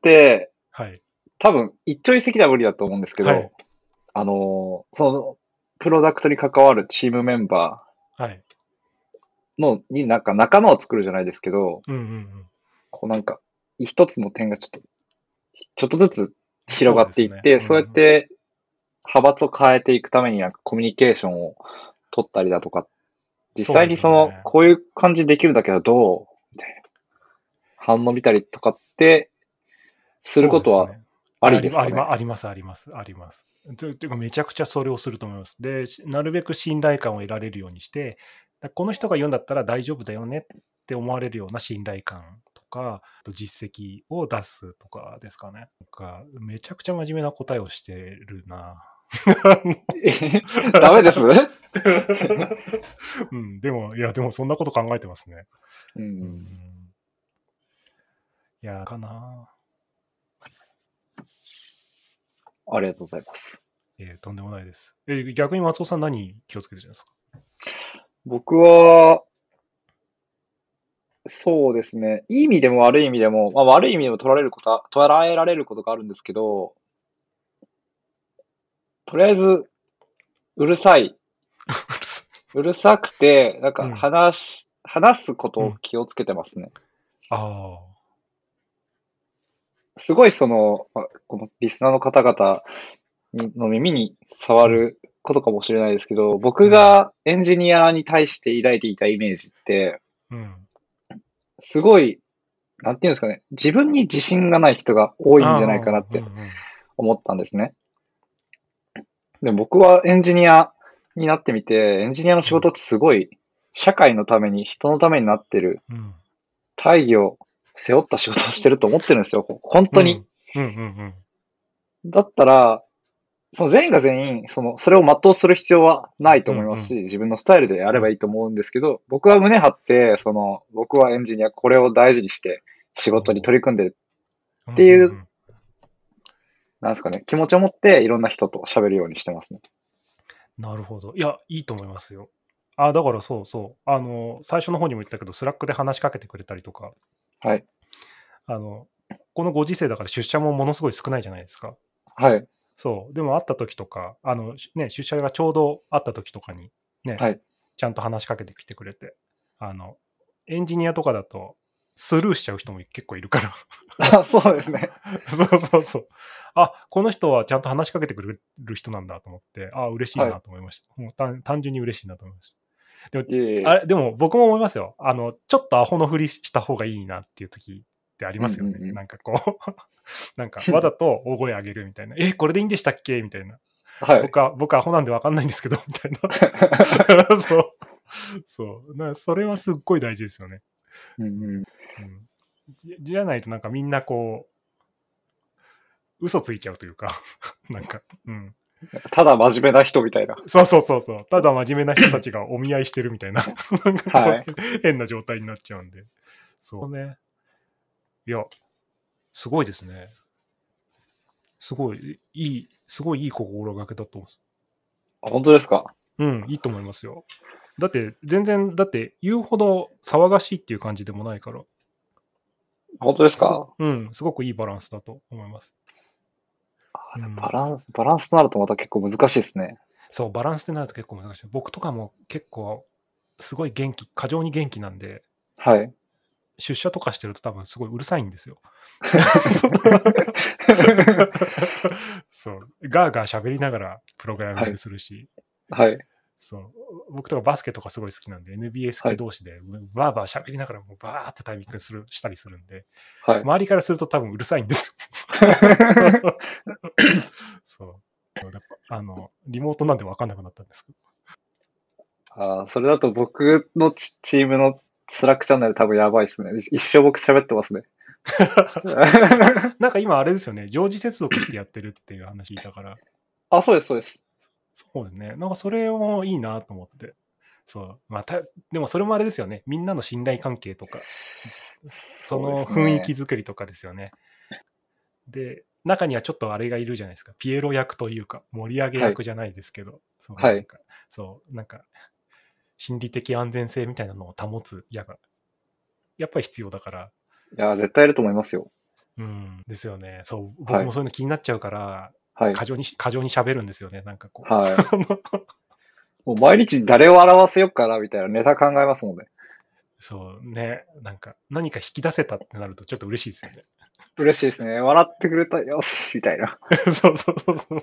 はい、 多分一朝一夕では無理だと思うんですけど、はい、あの、その、プロダクトに関わるチームメンバーの、になんか仲間を作るじゃないですけど、 うんうんうん、 こうなんか、一つの点がちょっと、ちょっとずつ広がっていって、そう,、ねうん、そうやって派閥を変えていくためになんかコミュニケーションを取ったりだとか、実際にその、ね、こういう感じでできるんだけどどうみたいな。反応見たりとかって、することはありですかね。 あります、あります、あります。というかめちゃくちゃそれをすると思います。で、なるべく信頼感を得られるようにして、この人が言うんだったら大丈夫だよねって思われるような信頼感とか、実績を出すとかですかね。なんかめちゃくちゃ真面目な答えをしてるな。 ダメですうん、でも、いや、でもそんなこと考えてますね。 うん、うん、 いや、かな。 ありがとうございます。 えー、とんでもないです。え、逆に松尾さん何気をつけてるんですか？ 僕は、そうですね。いい意味でも悪い意味でも、まあ、悪い意味でも取られることは、捉えられることがあるんですけど、とりあえず、うるさい。うるさくて、なんか話、うん、話すことを気をつけてますね。 うん、ああ。 すごいその、このリスナーの方々の耳に触ることかもしれないですけど、僕がエンジニアに対して抱いていたイメージって、うん、すごい、なんていうんですかね、自分に自信がない人が多いんじゃないかなって思ったんですね。で僕はエンジニアになってみて、エンジニアの仕事ってすごい社会のために、人のためになってる、大義を背負った仕事をしてると思ってるんですよ。本当に。うんうんうん、だったら、その全員が全員、その、それを全うする必要はないと思いますし、うんうん、自分のスタイルでやればいいと思うんですけど、僕は胸張って、その、僕はエンジニア、これを大事にして仕事に取り組んでるっていう、うんうんうん、なんですかね、気持ちを持っていろんな人と喋るようにしてますね。 なるほど。いや、いいと思いますよ。あ、だからそうそう。あの、最初の方にも言ったけど、スラックで話しかけてくれたりとか。 はい。 あの、このご時世だから出社もものすごい少ないじゃないですか。 はい。 そう。でも会った時とか、あの、ね、出社がちょうど会った時とかに、ね、 はい、 ちゃんと話しかけてきてくれて、あの、エンジニアとかだと、スルーしちゃう人も結構いるから。 あ、そうですね。 そうそうそう。あ、この人はちゃんと話しかけてくれる人なんだと思って、あ、嬉しいなと思いました。はい、もう単, 単純に嬉しいなと思いました。でも、いえいえあれでも僕も思いますよ。あの、ちょっとアホのふりした方がいいなっていう時ってありますよね。うんうんうん、なんかこう、なんかわざと大声上げるみたいな。え、これでいいんでしたっけみたいな。はい、僕は、僕はアホなんでわかんないんですけど、みたいな。そう。そう。なそれはすっごい大事ですよね。うんうんうん、じ, じゃないとなんかみんなこう、嘘ついちゃうというか、なんか、うん。 ただ真面目な人みたいな。 そうそうそうそう。ただ真面目な人たちがお見合いしてるみたいな、はい、変な状態になっちゃうんで。そうね。いや、すごいですね。すごい、いい、すごいいい心がけだと思います。 あ、本当ですか？ うん、いいと思いますよ。だって、全然、だって言うほど騒がしいっていう感じでもないから。 本当ですか？ うん、すごくいいバランスだと思います。 うん、バランス、バランスとなるとまた結構難しいですね。 そう、バランスってなると結構難しい。僕とかも結構、すごい元気、過剰に元気なんで、 はい。 出社とかしてると多分すごいうるさいんですよ。そう。ガーガー喋りながらプログラミングするし、 はい。はい、 そう。僕とかバスケとかすごい好きなんで、エヌビーエー 好き同士でバーバー喋りながらもうバーってタイミングするしたりするんで、はい、周りからすると多分うるさいんですよ。そう。あの、リモートなんで分かんなくなったんですけど。 ああ、それだと僕のチームのスラックチャンネル多分やばいですね。一生僕喋ってますね。 なんか今あれですよね、常時接続してやってるっていう話聞いたから。 あ、そうです、そうです。 そうですね。なんかそれもいいなと思って。そう。また、でもそれもあれですよね。みんなの信頼関係とか、その雰囲気作りとかですよね。で、中にはちょっとあれがいるじゃないですか。ピエロ役というか、盛り上げ役じゃないですけど、はい、そうなんか、はい、そう、なんか、心理的安全性みたいなのを保つ矢が、やっぱり必要だから。 いや、絶対いると思いますよ。 うん、ですよね。そう、僕もそういうの気になっちゃうから、はい、過剰に、過剰に喋るんですよね、なんかこう。はい。 もう毎日誰を表せよっかな、みたいなネタ考えますもんね。 そうね、なんか、何か引き出せたってなるとちょっと嬉しいですよね。 嬉しいですね。笑ってくれたよし、みたいな。 そうそうそうそう。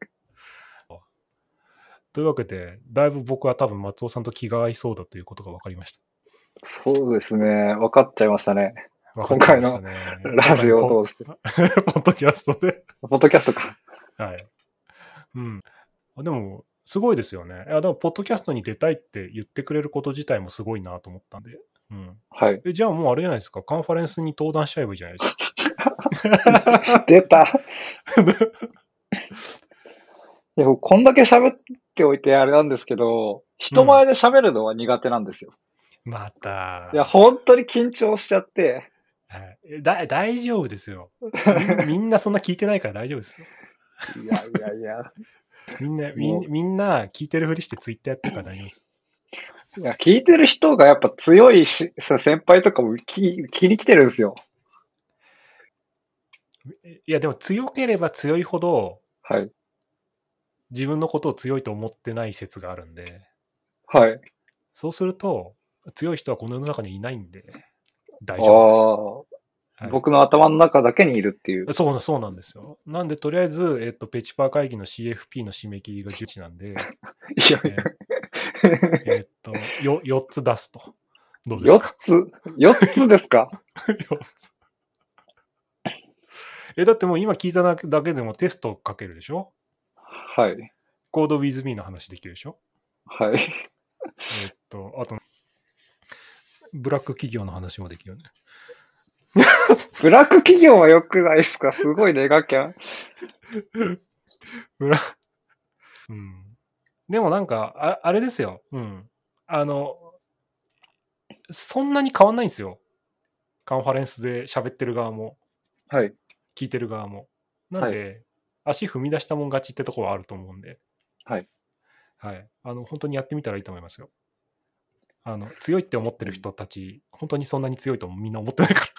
というわけで、だいぶ僕は多分松尾さんと気が合いそうだということが分かりました。 そうですね。分かっちゃいましたね。今回のラジオを通して。 ポッドキャストで。 ポッドキャストか。 はい。うん。でも、すごいですよね。いや、でも、ポッドキャストに出たいって言ってくれること自体もすごいなと思ったんで。うん。 はい。 えじゃあもうあれじゃないですか。カンファレンスに登壇しちゃえばいいじゃないですか。出た。いや、こんだけ喋っておいてあれなんですけど、人前で喋るのは苦手なんですよ。 うん、また。 いや、本当に緊張しちゃって。 だ大丈夫ですよみ。みんなそんな聞いてないから大丈夫ですよ。 いやいやいや。 みんな、みんみんな聞いてるふりしてツイッターやってるから大丈夫です。 いや、聞いてる人がやっぱ強いし、先輩とかも気気に来てるんですよ。 いや、でも強ければ強いほど、 はい。 自分のことを強いと思ってない説があるんで、 はい。 そうすると、強い人はこの世の中にいないんで、大丈夫です。 はい、僕の頭の中だけにいるっていう。 そうな、そうなんですよ。なんで、とりあえず、えっと、ペチパー会議の シーエフピー の締め切りがじゅういちなんで、いやいやえー、っと、よ、よっつ出すと。どうですか？ よっつ ?よっ つですか？よっつ。 え、だってもう今聞いただけでもテスト書けるでしょ？ はい。 コード with me の話できるでしょ？ はい。 えっと、あと、ブラック企業の話もできるよね。 ブラック企業は良くないですか？すごいネガキャン。 ブラうん。でもなんか、あ、あれですよ。うん。あの、そんなに変わんないんですよ。カンファレンスで喋ってる側も。 はい。 聞いてる側も。なんで、はい、足踏み出したもん勝ちってところはあると思うんで。 はい。 はい。あの、本当にやってみたらいいと思いますよ。あの、強いって思ってる人たち、本当にそんなに強いとみんな思ってないから。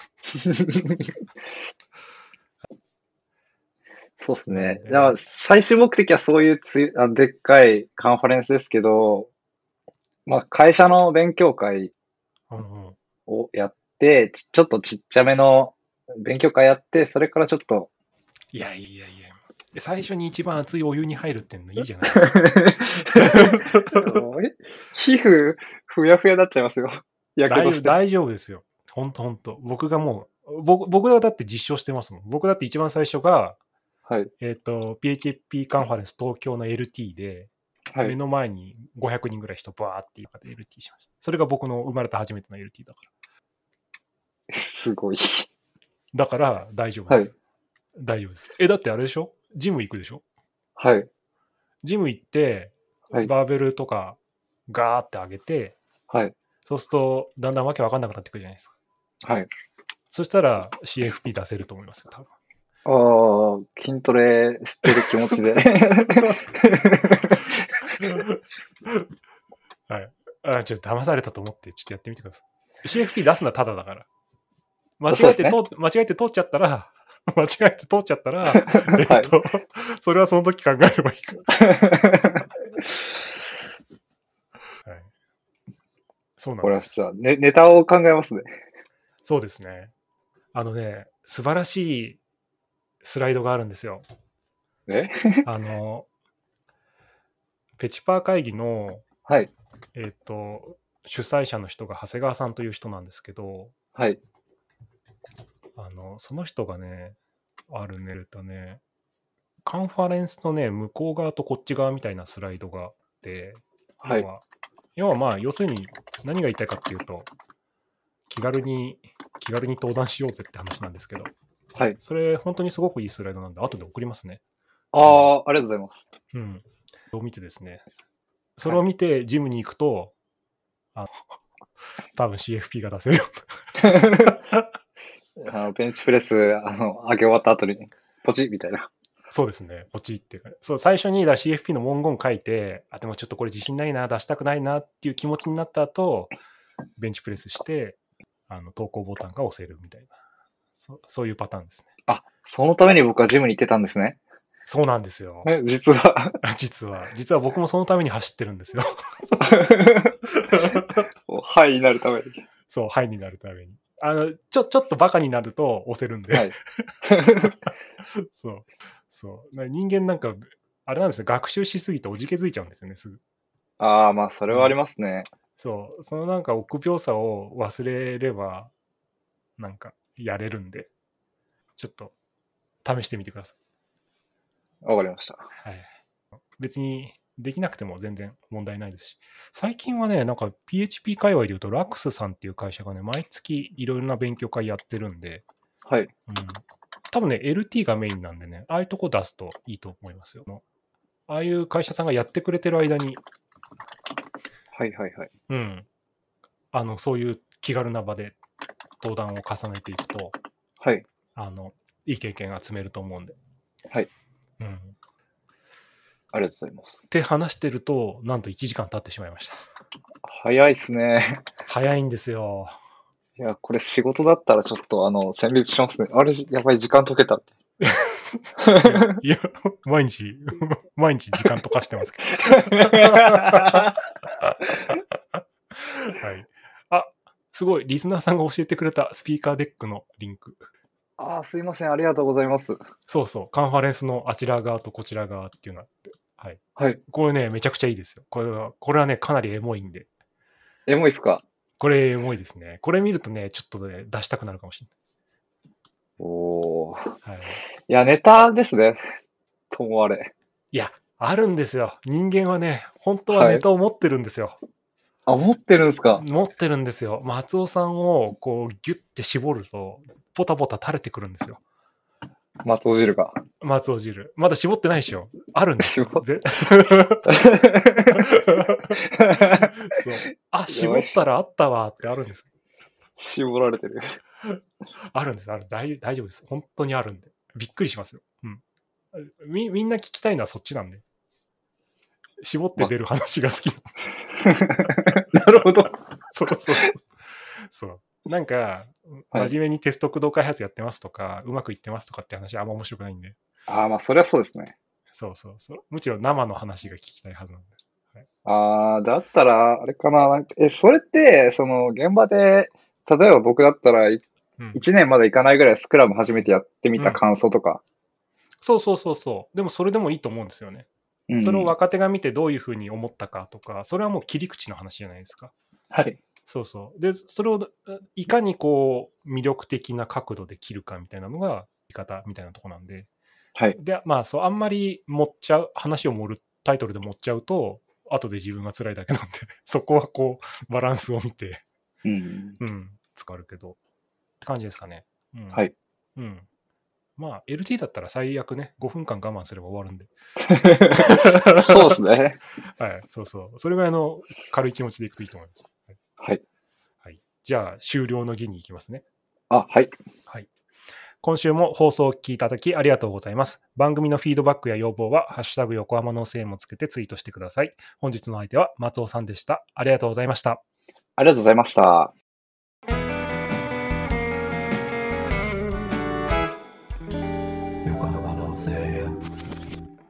そうですね。だから最終目的はそういうつあでっかいカンファレンスですけど、まあ、会社の勉強会をやって、ちちょっとちっちゃめの勉強会やって、それからちょっと。 いやいやいや、最初に一番熱いお湯に入るっていうのいいじゃないですか。 皮膚、ふやふやになっちゃいますよ。 大, 大丈夫ですよ。ほんとほんと。僕がもう、僕僕はだって実証してますもん。僕だって一番最初が、 はい、 えっ、ー、と、ピーエイチピー カンファレンス東京の エルティー で、はい、目の前にごひゃくにんぐらい人バーっていう方で エルティー しました。それが僕の生まれた初めての エルティー だから。 すごい。 だから大丈夫です。はい、大丈夫です。え、だってあれでしょ？ジム行くでしょ？ はい。 ジム行って、はい、バーベルとかガーって上げて、 はい。 そうすると、だんだんわけわかんなくなってくるじゃないですか。はい。 そしたら シーエフピー 出せると思いますよ、多分。 ああ、筋トレしてる気持ちで。 はい。あ、ちょっと騙されたと思って、ちょっとやってみてください。シーエフピー 出すのはタダだから。間違えて、ね、間違えて通っちゃったら、間違えて通っちゃったら、えっと、はい、それはその時考えればいいから。はい。そうなんです。 じゃあ、ね、ネタを考えますね。 そうですね。あのね、素晴らしいスライドがあるんですよ。 えあの、ペチパー会議の、 はい。 えっと、主催者の人が長谷川さんという人なんですけど、 はい。 あの、その人がね、あるね、とね、カンファレンスのね、向こう側とこっち側みたいなスライドがあって、 はい、 要は、要はまあ、要するに何が言いたいかっていうと、気軽に、気軽に登壇しようぜって話なんですけど、 はい。 それ、本当にすごくいいスライドなんで、後で送りますね。 ああ、うん、ありがとうございます。 うん。それを見てですね、それを見て、ジムに行くと、はい、あの多分 シーエフピー が出せるよ。 あのベンチプレス、あの、上げ終わった後に、ポチッみたいな。 そうですね、ポチっていうか、そう、最初にだ シーエフピー の文言書いて、あ、でもちょっとこれ自信ないな、出したくないなっていう気持ちになった後、ベンチプレスして、あの投稿ボタンが押せるみたいなそ、そういうパターンですね。 あ、そのために僕はジムに行ってたんですね。 そうなんですよ。 え、実は実は。実は僕もそのために走ってるんですよ。 ハイになるために。 そう、ハイになるために。あの、ちょ、ちょっとバカになると押せるんで。はい。そう。そう。人間なんか、あれなんですよ、学習しすぎておじけづいちゃうんですよね、すぐ。 ああ、まあ、それはありますね、 うん。そう。そのなんか臆病さを忘れれば、なんか、やれるんで、ちょっと、試してみてください。わかりました。 はい。別に、できなくても全然問題ないですし、最近はね、なんか ピーエイチピー 界隈でいうと、ラックスさんっていう会社がね、毎月いろいろな勉強会やってるんで、 はい。うん、 多分ね、エルティー がメインなんでね、ああいうとこ出すといいと思いますよ。ああいう会社さんがやってくれてる間に、 はいはいはい。 うん。あの、そういう気軽な場で登壇を重ねていくと、 はい。 あの、いい経験が積めると思うんで。 はい。 うん。 ありがとうございます。 って話してると、なんといちじかん経ってしまいました。 早いっすね。 早いんですよ。 いや、これ仕事だったらちょっとあの、選別しますね。あれ、やばい、時間解けたって。 いや、いや毎日、毎日時間溶かしてますけど。はい。あ、すごい、リスナーさんが教えてくれたスピーカーデックのリンク。 ああ、すいません。ありがとうございます。 そうそう。カンファレンスのあちら側とこちら側っていうのがあって。はい。 はい。 これね、めちゃくちゃいいですよ。これは、これはね、かなりエモいんで。 エモいっすか？ これエモいですね。これ見るとね、ちょっとね、出したくなるかもしれない。 おー。 はい。 いや、ネタですね。ともあれ。 いや、あるんですよ。人間はね、本当はネタを持ってるんですよ。はい、 あ、持ってるんですか？ 持ってるんですよ。松尾さんをこうギュッて絞ると、ポタポタ垂れてくるんですよ。 松尾汁が。 松尾汁。まだ絞ってないでしょ。あるんですよ。絞ぜそう。あ、絞ったらあったわってあるんです。 絞られてる。 あるんです。ある大。大丈夫です。本当にあるんで。びっくりしますよ。うん。み、みんな聞きたいのはそっちなんで。絞って出る話が好きな。 なるほど。 そうそうそう。そう。なんか、真面目にテスト駆動開発やってますとか、はい、うまくいってますとかって話はあんま面白くないんで。 ああ、まあ、そりゃそうですね。 そうそうそう。むしろ生の話が聞きたいはずなんで。 はい、ああ、だったら、あれかな。え、それって、その、現場で、例えば僕だったら、いちねんまだいかないぐらいスクラム初めてやってみた感想とか、うん。 そうそうそうそう。でもそれでもいいと思うんですよね。うん、それを若手が見てどういうふうに思ったかとか、それはもう切り口の話じゃないですか。 はい。 そうそう。で、それをいかにこう、魅力的な角度で切るかみたいなのが、見方みたいなとこなんで。 はい。 で、まあ、そう、あんまり持っちゃう、話を盛る、タイトルで持っちゃうと、後で自分が辛いだけなんで、そこはこう、バランスを見て、 うん。 うん、使うけど、って感じですかね。うん、 はい。 うん。まあ、エルティー だったら最悪ね、ごふんかん我慢すれば終わるんで。 そうですね。 はい、そうそう。それぐらいの軽い気持ちでいくといいと思います。 はい。 はい。じゃあ、終了の儀に行きますね。 あ、はい。 はい。今週も放送をお聞きいただきありがとうございます。番組のフィードバックや要望は、ハッシュタグ横浜のせいもつけてツイートしてください。本日の相手は松尾さんでした。ありがとうございました。 ありがとうございました。